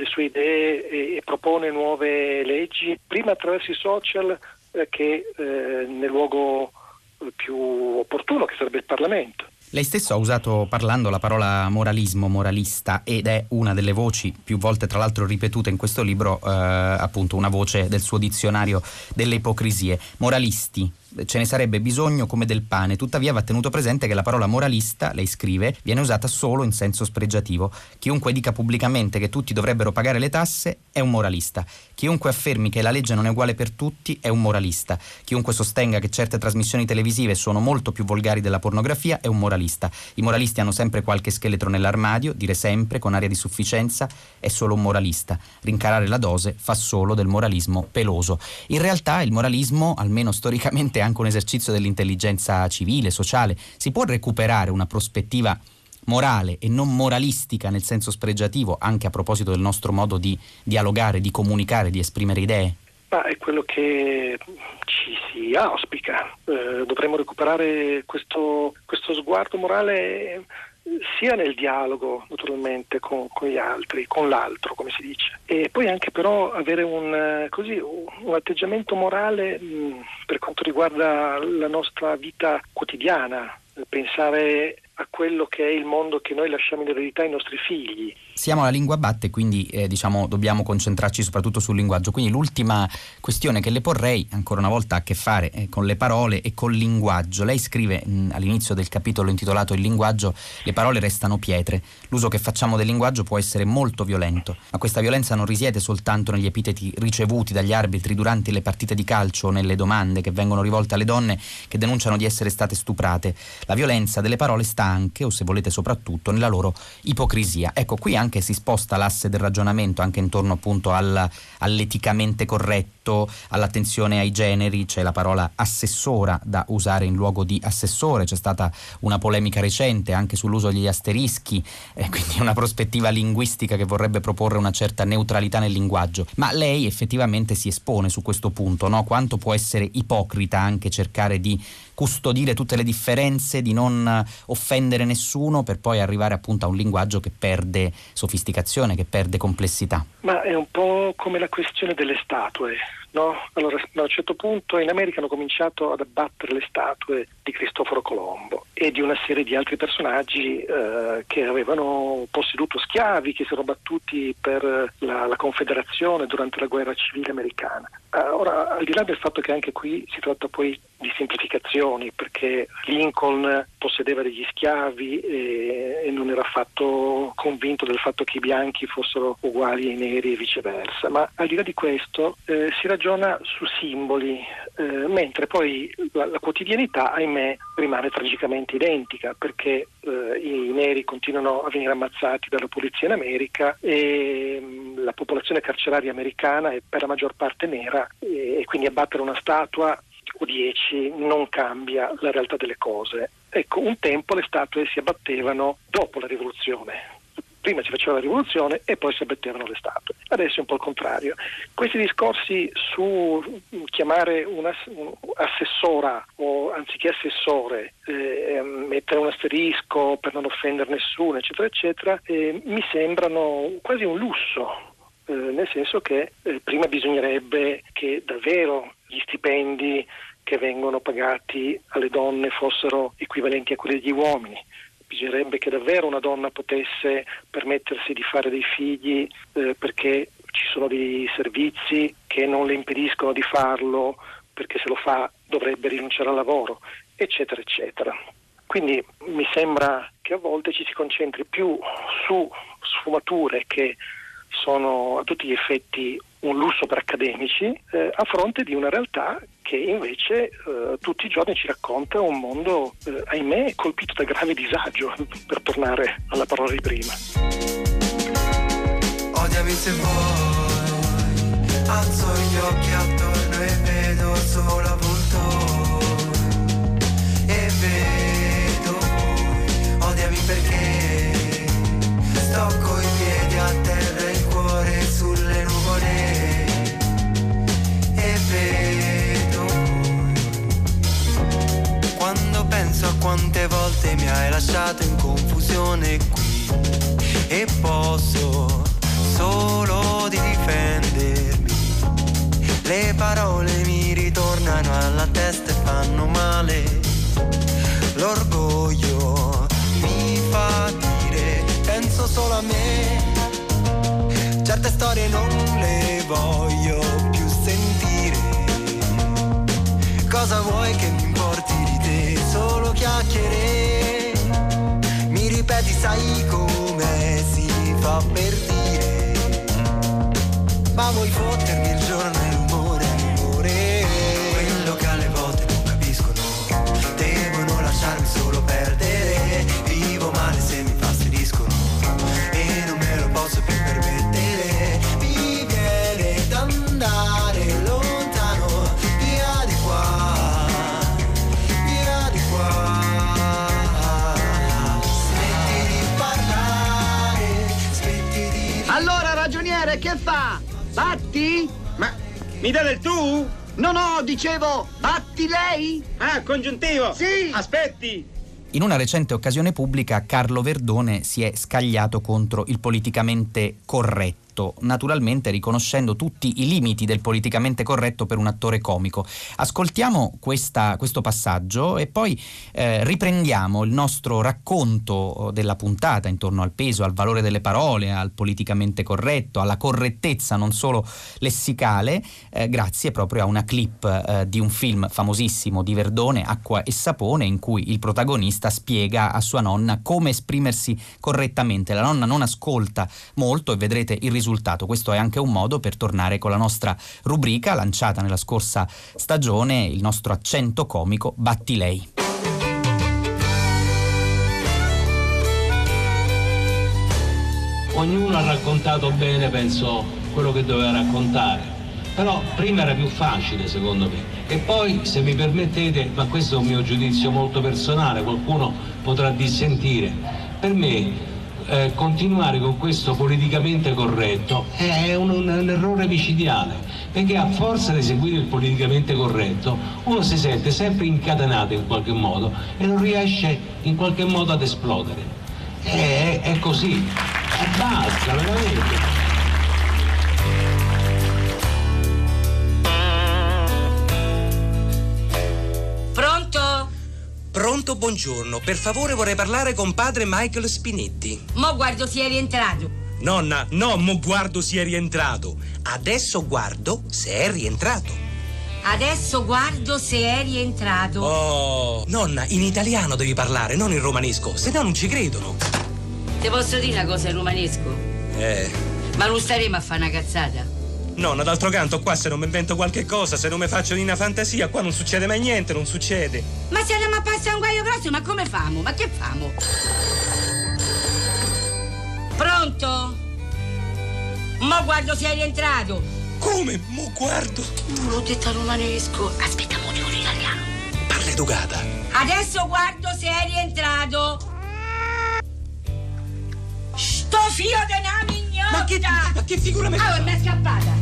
Speaker 12: le sue idee e propone nuove leggi, prima attraverso i social che nel luogo più opportuno, che sarebbe il Parlamento.
Speaker 1: Lei stesso ha usato parlando la parola moralismo, moralista, ed è una delle voci più volte tra l'altro ripetute in questo libro, appunto una voce del suo dizionario delle ipocrisie. Moralisti, ce ne sarebbe bisogno come del pane, tuttavia va tenuto presente che la parola moralista, lei scrive, viene usata solo in senso spregiativo. Chiunque dica pubblicamente che tutti dovrebbero pagare le tasse è un moralista. Chiunque affermi che la legge non è uguale per tutti è un moralista. Chiunque sostenga che certe trasmissioni televisive sono molto più volgari della pornografia è un moralista. I moralisti hanno sempre qualche scheletro nell'armadio, dire sempre con aria di sufficienza è solo un moralista. Rincarare la dose fa solo del moralismo peloso. In realtà il moralismo, almeno storicamente, è anche un esercizio dell'intelligenza civile, sociale. Si può recuperare una prospettiva morale e non moralistica nel senso spregiativo, anche a proposito del nostro modo di dialogare, di comunicare, di esprimere idee?
Speaker 12: Ma è quello che ci si auspica. Dovremmo recuperare questo sguardo morale sia nel dialogo naturalmente con gli altri, con l'altro come si dice, e poi anche però avere un atteggiamento morale per quanto riguarda la nostra vita quotidiana, pensare a quello che è il mondo che noi lasciamo in eredità ai nostri figli.
Speaker 1: Siamo alla lingua batte, quindi dobbiamo concentrarci soprattutto sul linguaggio. Quindi l'ultima questione che le porrei, ancora una volta, ha a che fare con le parole e col linguaggio. Lei scrive all'inizio del capitolo intitolato Il linguaggio: le parole restano pietre. L'uso che facciamo del linguaggio può essere molto violento, ma questa violenza non risiede soltanto negli epiteti ricevuti dagli arbitri durante le partite di calcio o nelle domande che vengono rivolte alle donne che denunciano di essere state stuprate. La violenza delle parole sta anche, o se volete soprattutto, nella loro ipocrisia. Ecco, qui anche si sposta l'asse del ragionamento anche intorno appunto all'eticamente corretto, all'attenzione ai generi. C'è la parola assessora da usare in luogo di assessore, c'è stata una polemica recente anche sull'uso degli asterischi, quindi una prospettiva linguistica che vorrebbe proporre una certa neutralità nel linguaggio. Ma lei effettivamente si espone su questo punto, no? Quanto può essere ipocrita anche cercare di custodire tutte le differenze, di non offendere nessuno, per poi arrivare appunto a un linguaggio che perde sofisticazione, che perde complessità.
Speaker 12: Ma è un po' come la questione delle statue, no? Allora, a un certo punto in America hanno cominciato ad abbattere le statue di Cristoforo Colombo e di una serie di altri personaggi che avevano posseduto schiavi, che si erano battuti per la Confederazione durante la guerra civile americana. Ora, al di là del fatto che anche qui si tratta poi di semplificazioni, perché Lincoln possedeva degli schiavi e non era affatto convinto del fatto che i bianchi fossero uguali ai neri e viceversa, ma al di là di questo si ragiona su simboli, mentre poi la quotidianità, ahimè, rimane tragicamente identica, perché i neri continuano a venire ammazzati dalla polizia in America e la popolazione carceraria americana è per la maggior parte nera, e quindi abbattere una statua o 10 non cambia la realtà delle cose. Ecco, un tempo le statue si abbattevano dopo la rivoluzione. Prima si faceva la rivoluzione e poi si abbattevano le statue. Adesso è un po' il contrario. Questi discorsi su chiamare un'assessora o anziché assessore, mettere un asterisco per non offendere nessuno, eccetera, eccetera, mi sembrano quasi un lusso. Nel senso che prima bisognerebbe che davvero gli stipendi che vengono pagati alle donne fossero equivalenti a quelli degli uomini. Bisognerebbe che davvero una donna potesse permettersi di fare dei figli perché ci sono dei servizi che non le impediscono di farlo, perché se lo fa dovrebbe rinunciare al lavoro, eccetera, eccetera. Quindi mi sembra che a volte ci si concentri più su sfumature che sono a tutti gli effetti un lusso per accademici, a fronte di una realtà che invece tutti i giorni ci racconta un mondo, ahimè, colpito da grave disagio, per tornare alla parola di prima.
Speaker 14: Odiami se vuoi, alzo gli occhi attorno e vedo solo avvoltoi, e vedo voi, odiami perché sto coi piedi a terra e il cuore sulle nuvole, e vedo quando penso a quante volte mi hai lasciato in confusione qui, e posso solo male. L'orgoglio mi fa dire, penso solo a me. Certe storie non le voglio più sentire. Cosa vuoi che mi importi di te? Solo chiacchiere. Mi ripeti, sai come si fa per dire. Ma vuoi fottermi il giorno e l'umore, l'umore. Quello che alle volte non capiscono. Devono lasciarmi solo perdere. Vivo male se mi fastidiscono e non me lo posso più permettere. Mi viene da andare lontano, via di qua, via di qua. Smetti di parlare, smetti di...
Speaker 15: Allora, ragioniere, che fa? Batti?
Speaker 8: Ma mi dà del tu?
Speaker 15: No, dicevo, batti lei?
Speaker 8: Ah, congiuntivo!
Speaker 15: Sì!
Speaker 8: Aspetti!
Speaker 1: In una recente occasione pubblica Carlo Verdone si è scagliato contro il politicamente corretto, naturalmente riconoscendo tutti i limiti del politicamente corretto per un attore comico. Ascoltiamo questo passaggio e poi riprendiamo il nostro racconto della puntata intorno al peso, al valore delle parole, al politicamente corretto, alla correttezza non solo lessicale, grazie proprio a una clip di un film famosissimo di Verdone, Acqua e sapone, in cui il protagonista spiega a sua nonna come esprimersi correttamente. La nonna non ascolta molto e vedrete il risultato. Questo è anche un modo per tornare con la nostra rubrica lanciata nella scorsa stagione, il nostro accento comico Batti lei.
Speaker 16: Ognuno ha raccontato bene, penso, quello che doveva raccontare. Però prima era più facile, secondo me. E poi, se mi permettete, ma questo è un mio giudizio molto personale, qualcuno potrà dissentire, per me continuare con questo politicamente corretto è un errore micidiale, perché a forza di seguire il politicamente corretto uno si sente sempre incatenato in qualche modo e non riesce in qualche modo ad esplodere. È così, e basta, veramente.
Speaker 17: Pronto, buongiorno. Per favore vorrei parlare con padre Michael Spinetti.
Speaker 6: Mo guardo se è rientrato.
Speaker 17: Nonna, no, mo guardo se è rientrato. Adesso guardo se è rientrato.
Speaker 6: Adesso guardo se è rientrato.
Speaker 17: Oh, nonna, in italiano devi parlare, non in romanesco, se no non ci credono.
Speaker 6: Ti posso dire una cosa in romanesco? Ma non staremo a fare una cazzata?
Speaker 17: Nonna, d'altro canto, qua se non mi invento qualche cosa, se non mi faccio di una fantasia, qua non succede mai niente, non succede.
Speaker 6: Ma se andiamo a passare un guaio grosso, ma come famo? Ma che famo? Pronto? Mo guardo se è rientrato.
Speaker 17: Come? Mo guardo?
Speaker 6: Non l'ho detto a romanesco. Aspetta, mo dico in italiano.
Speaker 17: Parla educata.
Speaker 6: Adesso guardo se è rientrato. Sto fio de una mignotta!
Speaker 17: Ma che figura mi
Speaker 6: fa? Ah, mi è scappata.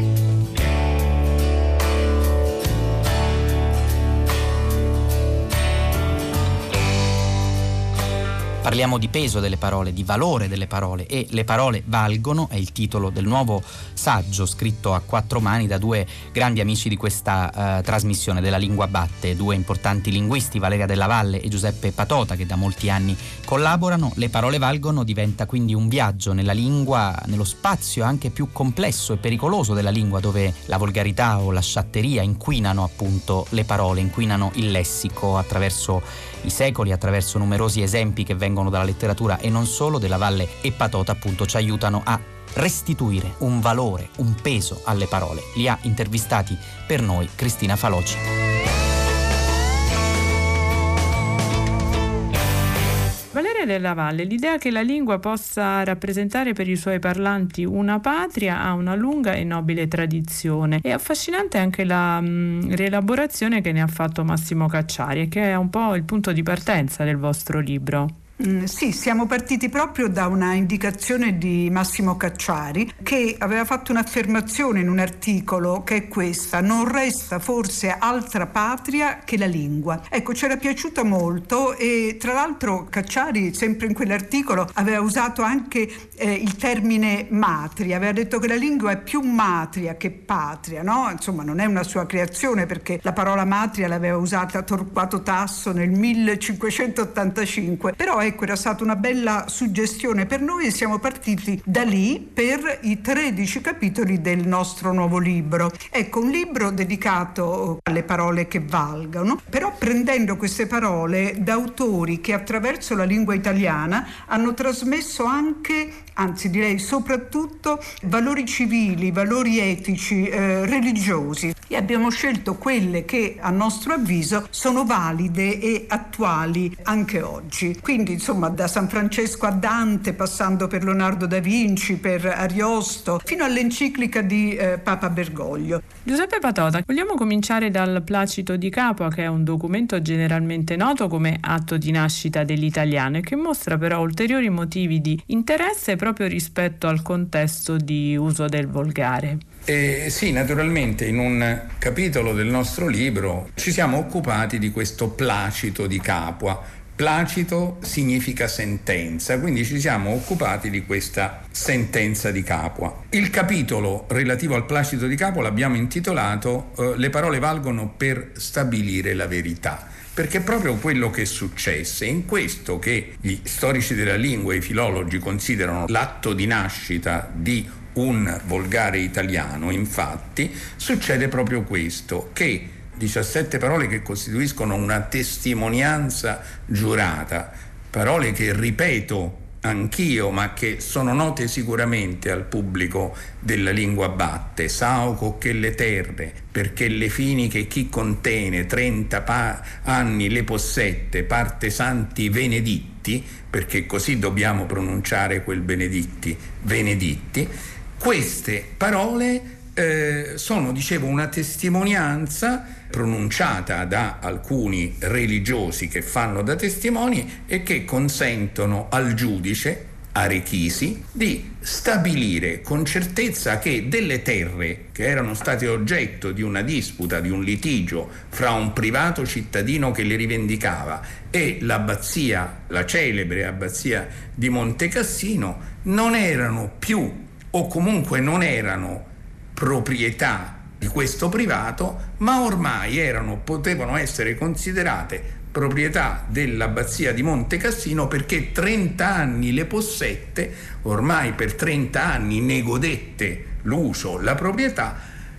Speaker 1: Parliamo di peso delle parole, di valore delle parole, e Le parole valgono è il titolo del nuovo saggio scritto a quattro mani da due grandi amici di questa trasmissione della Lingua Batte, due importanti linguisti, Valeria Della Valle e Giuseppe Patota, che da molti anni collaborano. Le parole valgono diventa quindi un viaggio nella lingua, nello spazio anche più complesso e pericoloso della lingua, dove la volgarità o la sciatteria inquinano appunto le parole, inquinano il lessico. Attraverso i secoli, attraverso numerosi esempi che vengono dalla letteratura e non solo, Della Valle e Patota appunto ci aiutano a restituire un valore, un peso alle parole. Li ha intervistati per noi Cristina Faloci.
Speaker 18: Valeria Della Valle, l'idea che la lingua possa rappresentare per i suoi parlanti una patria ha una lunga e nobile tradizione. È affascinante anche la rielaborazione che ne ha fatto Massimo Cacciari, e che è un po' il punto di partenza del vostro libro.
Speaker 19: Sì, siamo partiti proprio da una indicazione di Massimo Cacciari, che aveva fatto un'affermazione in un articolo che è questa: non resta forse altra patria che la lingua. Ecco, c'era piaciuta molto, e tra l'altro Cacciari, sempre in quell'articolo, aveva usato anche il termine matria, aveva detto che la lingua è più matria che patria, no? Insomma, non è una sua creazione, perché la parola matria l'aveva usata Torquato Tasso nel 1585, però ecco, era stata una bella suggestione per noi e siamo partiti da lì per i 13 capitoli del nostro nuovo libro. Ecco, un libro dedicato alle parole che valgono, però prendendo queste parole da autori che attraverso la lingua italiana hanno trasmesso anche, anzi direi soprattutto, valori civili, valori etici, religiosi, e abbiamo scelto quelle che a nostro avviso sono valide e attuali anche oggi. Quindi insomma, da San Francesco a Dante, passando per Leonardo da Vinci, per Ariosto, fino all'enciclica di Papa Bergoglio.
Speaker 18: Giuseppe Patota, vogliamo cominciare dal Placito di Capua, che è un documento generalmente noto come atto di nascita dell'italiano e che mostra però ulteriori motivi di interesse proprio rispetto al contesto di uso del volgare.
Speaker 20: Sì, naturalmente in un capitolo del nostro libro ci siamo occupati di questo Placito di Capua. Placito significa sentenza, quindi ci siamo occupati di questa sentenza di Capua. Il capitolo relativo al Placito di Capua l'abbiamo intitolato Le parole valgono per stabilire la verità, perché è proprio quello che successe. In questo che gli storici della lingua e i filologi considerano l'atto di nascita di un volgare italiano, infatti, succede proprio questo, che 17 parole che costituiscono una testimonianza giurata, parole che ripeto anch'io, ma che sono note sicuramente al pubblico della lingua batte: sauco che le terre, perché le fini che chi contene 30 anni le possette, parte santi veneditti, perché così dobbiamo pronunciare quel beneditti. Queste parole sono, dicevo, una testimonianza pronunciata da alcuni religiosi che fanno da testimoni e che consentono al giudice, Arechisi, di stabilire con certezza che delle terre che erano state oggetto di una disputa, di un litigio fra un privato cittadino che le rivendicava e l'abbazia, la celebre abbazia di Montecassino, non erano più, o comunque non erano proprietà di questo privato, ma ormai potevano essere considerate proprietà dell'abbazia di Montecassino, perché 30 anni le possette, ormai per 30 anni ne godette l'uso, la proprietà,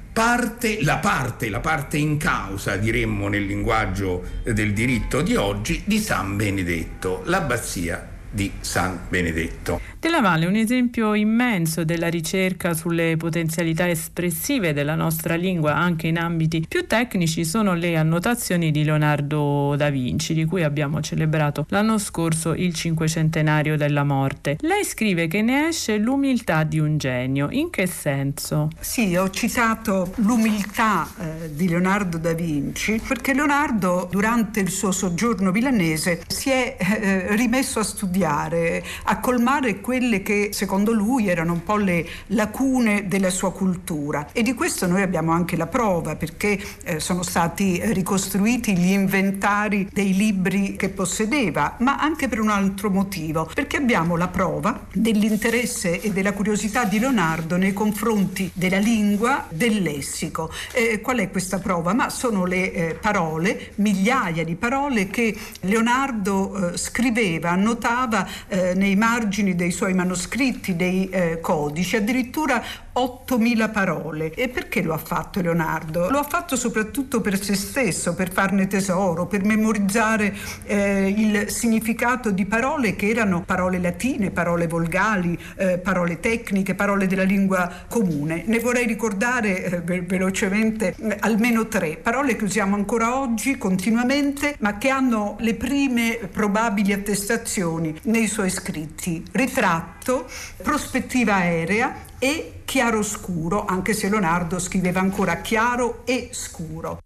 Speaker 20: la parte in causa, diremmo nel linguaggio del diritto di oggi, di San Benedetto, l'abbazia di San Benedetto.
Speaker 18: Della Valle, un esempio immenso della ricerca sulle potenzialità espressive della nostra lingua anche in ambiti più tecnici sono le annotazioni di Leonardo da Vinci, di cui abbiamo celebrato l'anno scorso il 500° della morte. Lei scrive che ne esce l'umiltà di un genio. In che senso?
Speaker 19: Sì, ho citato l'umiltà di Leonardo da Vinci perché Leonardo, durante il suo soggiorno milanese, si è rimesso a studiare, a colmare quelle che secondo lui erano un po' le lacune della sua cultura, e di questo noi abbiamo anche la prova, perché sono stati ricostruiti gli inventari dei libri che possedeva, ma anche per un altro motivo, perché abbiamo la prova dell'interesse e della curiosità di Leonardo nei confronti della lingua, del lessico. Qual è questa prova? Ma sono le parole, migliaia di parole che Leonardo scriveva, annotava nei margini dei suoi manoscritti, dei codici, addirittura 8.000 parole. E perché lo ha fatto Leonardo? Lo ha fatto soprattutto per se stesso, per farne tesoro, per memorizzare il significato di parole che erano parole latine, parole volgali, parole tecniche, parole della lingua comune. Ne vorrei ricordare velocemente almeno 3 parole che usiamo ancora oggi continuamente, ma che hanno le prime probabili attestazioni nei suoi scritti: ritratto, prospettiva aerea e chiaroscuro, anche se Leonardo scriveva ancora chiaro e scuro.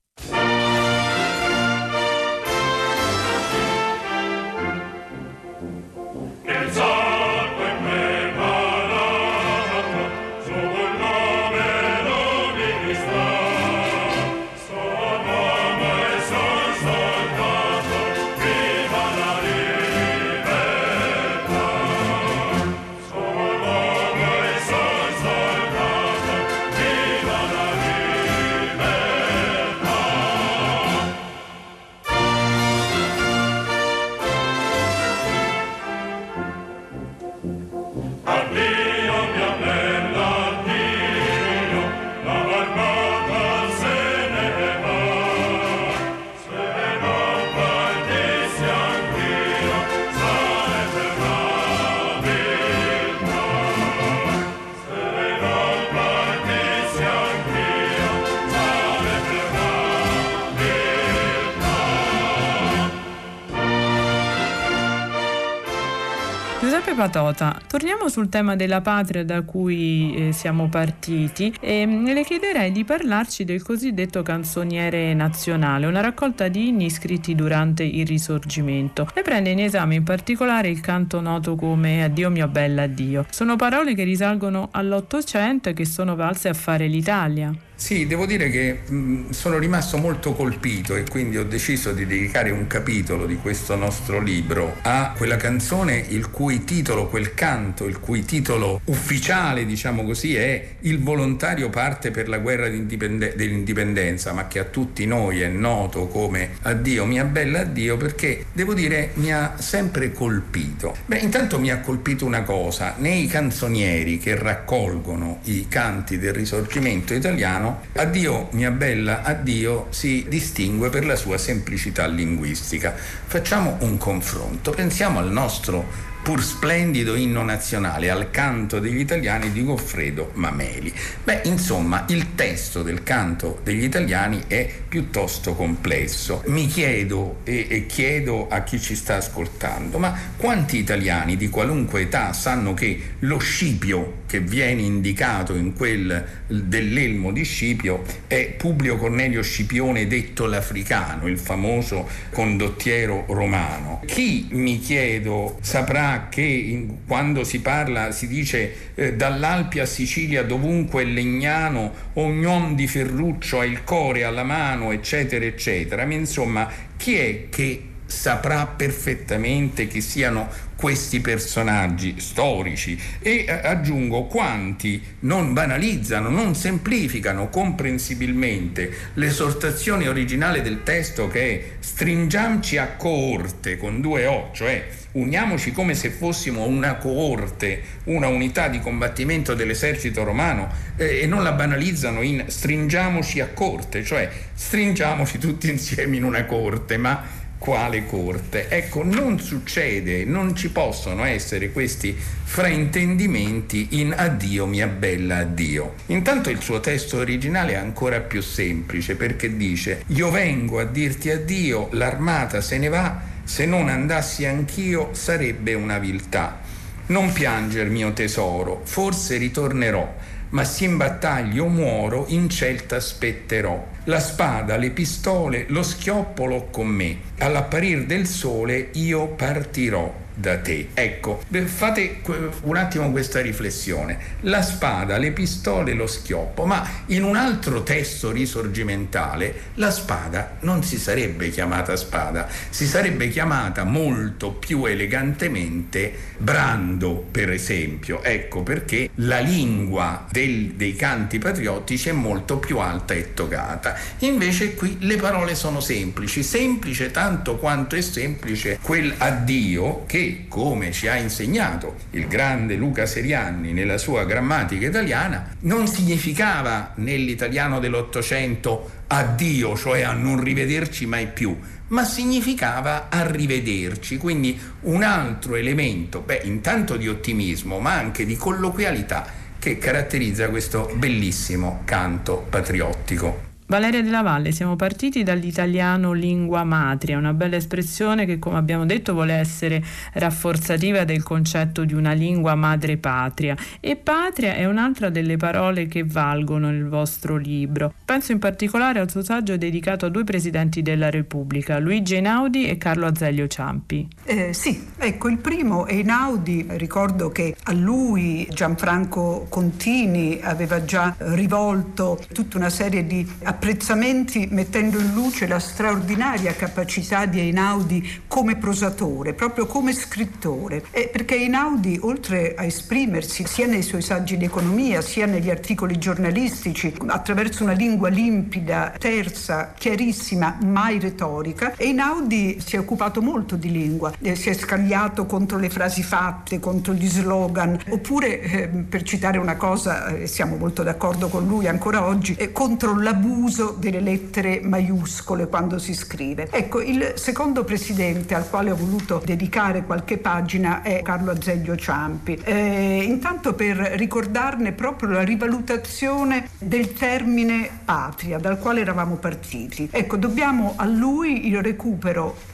Speaker 18: Giuseppe Patota, torniamo sul tema della patria da cui siamo partiti e le chiederei di parlarci del cosiddetto canzoniere nazionale, una raccolta di inni scritti durante il Risorgimento. Lei prende in esame in particolare il canto noto come Addio mia bella addio. Sono parole che risalgono all'Ottocento e che sono valse a fare l'Italia.
Speaker 20: Sì, devo dire che sono rimasto molto colpito e quindi ho deciso di dedicare un capitolo di questo nostro libro a quella canzone il cui titolo, quel canto, il cui titolo ufficiale, diciamo così, è Il volontario parte per la guerra dell'indipendenza, ma che a tutti noi è noto come Addio mia bella addio, perché devo dire mi ha sempre colpito. Intanto mi ha colpito una cosa: nei canzonieri che raccolgono i canti del Risorgimento italiano, Addio mia bella addio si distingue per la sua semplicità linguistica. Facciamo un confronto, pensiamo al nostro pur splendido inno nazionale, al canto degli italiani di Goffredo Mameli. Insomma, il testo del canto degli italiani è piuttosto complesso. Mi chiedo e chiedo a chi ci sta ascoltando, ma quanti italiani di qualunque età sanno che lo Scipio che viene indicato in quel dell'elmo di Scipio è Publio Cornelio Scipione detto l'Africano, il famoso condottiero romano? Chi, mi chiedo, saprà che quando si parla, si dice dall'Alpi a Sicilia dovunque è legnano, ognuno di Ferruccio ha il core alla mano, eccetera eccetera. Insomma, chi è che saprà perfettamente chi siano questi personaggi storici? E aggiungo, quanti non banalizzano, non semplificano comprensibilmente l'esortazione originale del testo, che è stringiamoci a coorte con 2 O, cioè uniamoci come se fossimo una coorte, una unità di combattimento dell'esercito romano, e non la banalizzano in stringiamoci a corte, cioè stringiamoci tutti insieme in una corte. Ma quale corte? Ecco, non succede, non ci possono essere questi fraintendimenti in Addio mia bella addio. Intanto il suo testo originale è ancora più semplice, perché dice: io vengo a dirti addio, l'armata se ne va, se non andassi anch'io sarebbe una viltà. Non pianger mio tesoro, forse ritornerò, ma se in battaglia o muoro in ciel t'aspetterò. La spada, le pistole, lo schioppo l'ho con me, all'apparir del sole io partirò da te. Ecco, fate un attimo questa riflessione: la spada, le pistole, lo schioppo. Ma in un altro testo risorgimentale la spada non si sarebbe chiamata spada, si sarebbe chiamata molto più elegantemente brando, per esempio. Ecco perché la lingua dei canti patriottici è molto più alta e togata. Invece qui le parole sono semplici, semplice tanto quanto è semplice quel addio che, come ci ha insegnato il grande Luca Serianni nella sua grammatica italiana, non significava nell'italiano dell'Ottocento addio, cioè a non rivederci mai più, ma significava arrivederci. Quindi un altro elemento, intanto di ottimismo, ma anche di colloquialità, che caratterizza questo bellissimo canto patriottico.
Speaker 18: Valeria Della Valle, siamo partiti dall'italiano lingua matria, una bella espressione che, come abbiamo detto, vuole essere rafforzativa del concetto di una lingua madre patria, e patria è un'altra delle parole che valgono nel vostro libro. Penso in particolare al suo saggio dedicato a 2 presidenti della Repubblica, Luigi Einaudi e Carlo Azeglio Ciampi.
Speaker 19: Sì, ecco, il primo Einaudi, ricordo che a lui Gianfranco Contini aveva già rivolto tutta una serie di apprezzamenti, mettendo in luce la straordinaria capacità di Einaudi come prosatore, proprio come scrittore, perché Einaudi, oltre a esprimersi sia nei suoi saggi di economia sia negli articoli giornalistici attraverso una lingua limpida, tersa, chiarissima, mai retorica, Einaudi si è occupato molto di lingua, si è scagliato contro le frasi fatte, contro gli slogan, oppure, per citare una cosa, siamo molto d'accordo con lui ancora oggi, contro l'abuso delle lettere maiuscole quando si scrive. Ecco, il secondo presidente al quale ho voluto dedicare qualche pagina è Carlo Azeglio Ciampi, intanto per ricordarne proprio la rivalutazione del termine patria dal quale eravamo partiti. Ecco, dobbiamo a lui il recupero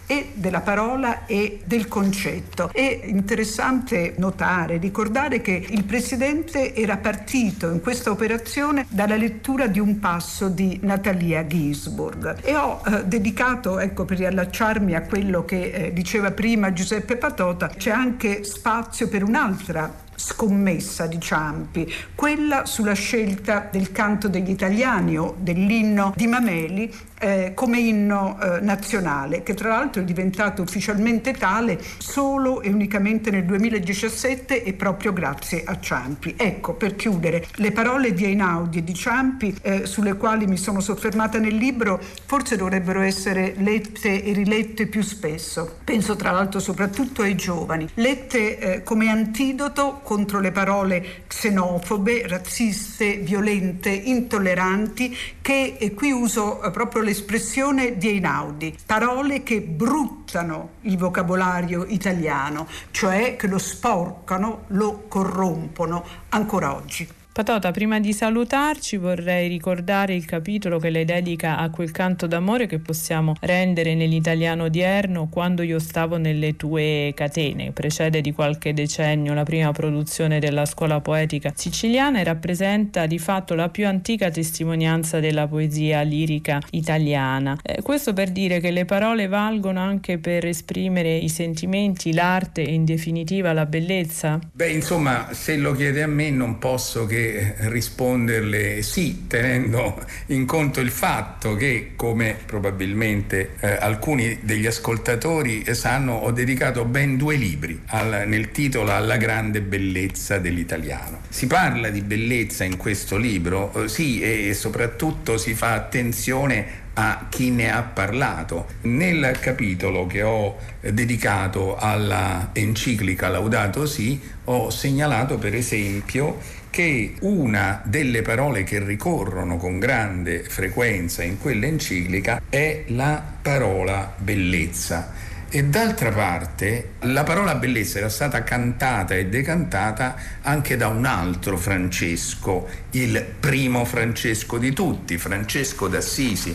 Speaker 19: e della parola e del concetto. È interessante notare, ricordare che il Presidente era partito in questa operazione dalla lettura di un passo di Natalia Ginzburg e ho dedicato, per riallacciarmi a quello che diceva prima Giuseppe Patota, c'è anche spazio per un'altra scommessa di Ciampi, quella sulla scelta del canto degli italiani o dell'inno di Mameli come inno nazionale, che tra l'altro è diventato ufficialmente tale solo e unicamente nel 2017 e proprio grazie a Ciampi. Ecco, per chiudere, le parole di Einaudi e di Ciampi sulle quali mi sono soffermata nel libro forse dovrebbero essere lette e rilette più spesso. Penso tra l'altro soprattutto ai giovani, lette come antidoto contro le parole xenofobe, razziste, violente, intolleranti, che, e qui uso proprio l'espressione di Einaudi, parole che bruttano il vocabolario italiano, cioè che lo sporcano, lo corrompono ancora oggi.
Speaker 18: Patota, prima di salutarci vorrei ricordare il capitolo che lei dedica a quel canto d'amore che possiamo rendere nell'italiano odierno, Quando io stavo nelle tue catene. Precede di qualche decennio la prima produzione della scuola poetica siciliana e rappresenta di fatto la più antica testimonianza della poesia lirica italiana. Questo per dire che le parole valgono anche per esprimere i sentimenti, l'arte e in definitiva la bellezza?
Speaker 20: Insomma, se lo chiede a me non posso che risponderle sì, tenendo in conto il fatto che, come probabilmente alcuni degli ascoltatori sanno, ho dedicato ben 2 libri nel titolo Alla grande bellezza dell'italiano. Si parla di bellezza in questo libro, sì, e soprattutto si fa attenzione a chi ne ha parlato. Nel capitolo che ho dedicato alla enciclica Laudato Si ho segnalato per esempio che una delle parole che ricorrono con grande frequenza in quell'enciclica è la parola bellezza. E d'altra parte la parola bellezza era stata cantata e decantata anche da un altro Francesco, il primo Francesco di tutti, Francesco d'Assisi.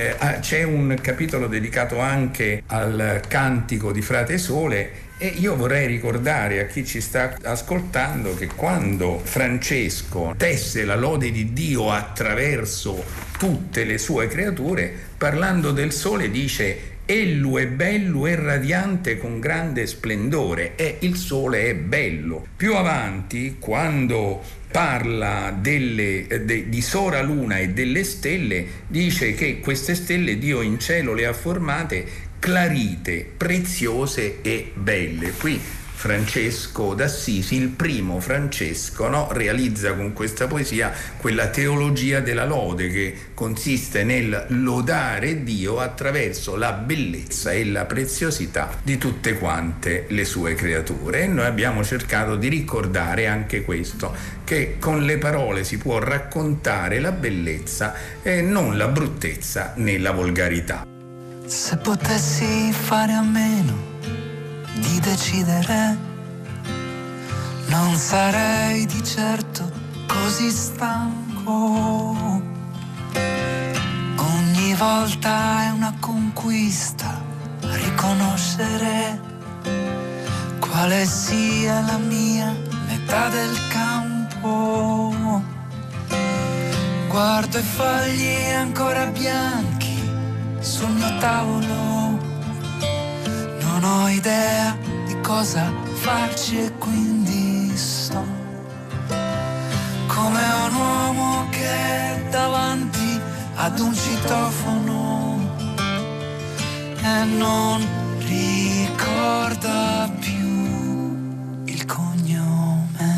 Speaker 20: C'è un capitolo dedicato anche al cantico di Frate Sole. E io vorrei ricordare a chi ci sta ascoltando che quando Francesco tesse la lode di Dio attraverso tutte le sue creature, parlando del sole dice: «Ellu è bello e radiante con grande splendore», e il sole è bello. Più avanti, quando parla di Sora Luna e delle stelle, dice che queste stelle Dio in cielo le ha formate clarite, preziose e belle. Qui Francesco d'Assisi, il primo Francesco, realizza con questa poesia quella teologia della lode che consiste nel lodare Dio attraverso la bellezza e la preziosità di tutte quante le sue creature. E noi abbiamo cercato di ricordare anche questo, che con le parole si può raccontare la bellezza e non la bruttezza né la volgarità.
Speaker 14: Se potessi fare a meno di decidere, non sarei di certo così stanco. Ogni volta è una conquista riconoscere quale sia la mia metà del campo. Guardo i fogli ancora bianchi sul mio tavolo, non ho idea di cosa farci e quindi sto come un uomo che è davanti ad un citofono e non ricorda più il cognome.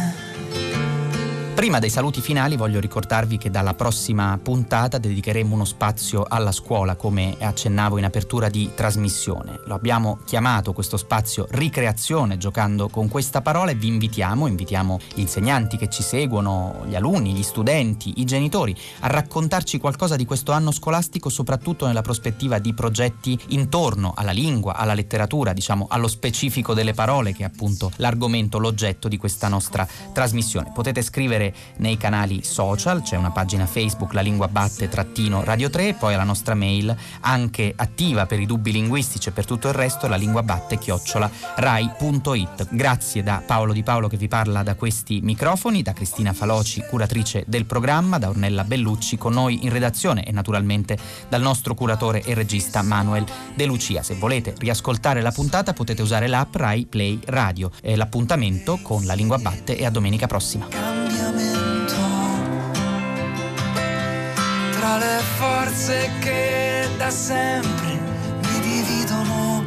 Speaker 1: Prima dei saluti finali voglio ricordarvi che dalla prossima puntata dedicheremo uno spazio alla scuola, come accennavo in apertura di trasmissione. Lo abbiamo chiamato questo spazio ricreazione, giocando con questa parola, e vi invitiamo gli insegnanti che ci seguono, gli alunni, gli studenti, i genitori, a raccontarci qualcosa di questo anno scolastico, soprattutto nella prospettiva di progetti intorno alla lingua, alla letteratura, allo specifico delle parole, che è appunto l'argomento, l'oggetto di questa nostra trasmissione. Potete scrivere seguire nei canali social, c'è una pagina Facebook La Lingua Batte _Radio 3, poi la nostra mail anche attiva per i dubbi linguistici e per tutto il resto, lalinguabatte@rai.it. Grazie da Paolo Di Paolo che vi parla da questi microfoni, da Cristina Faloci, curatrice del programma, da Ornella Bellucci con noi in redazione e naturalmente dal nostro curatore e regista Manuel De Lucia. Se volete riascoltare la puntata potete usare l'app Rai Play Radio. L'appuntamento con La Lingua Batte è a domenica prossima.
Speaker 14: Cambiamento tra le forze che da sempre mi dividono,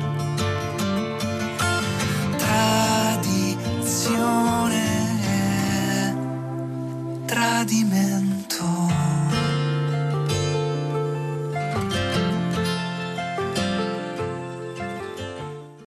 Speaker 14: tradizione e tradimento.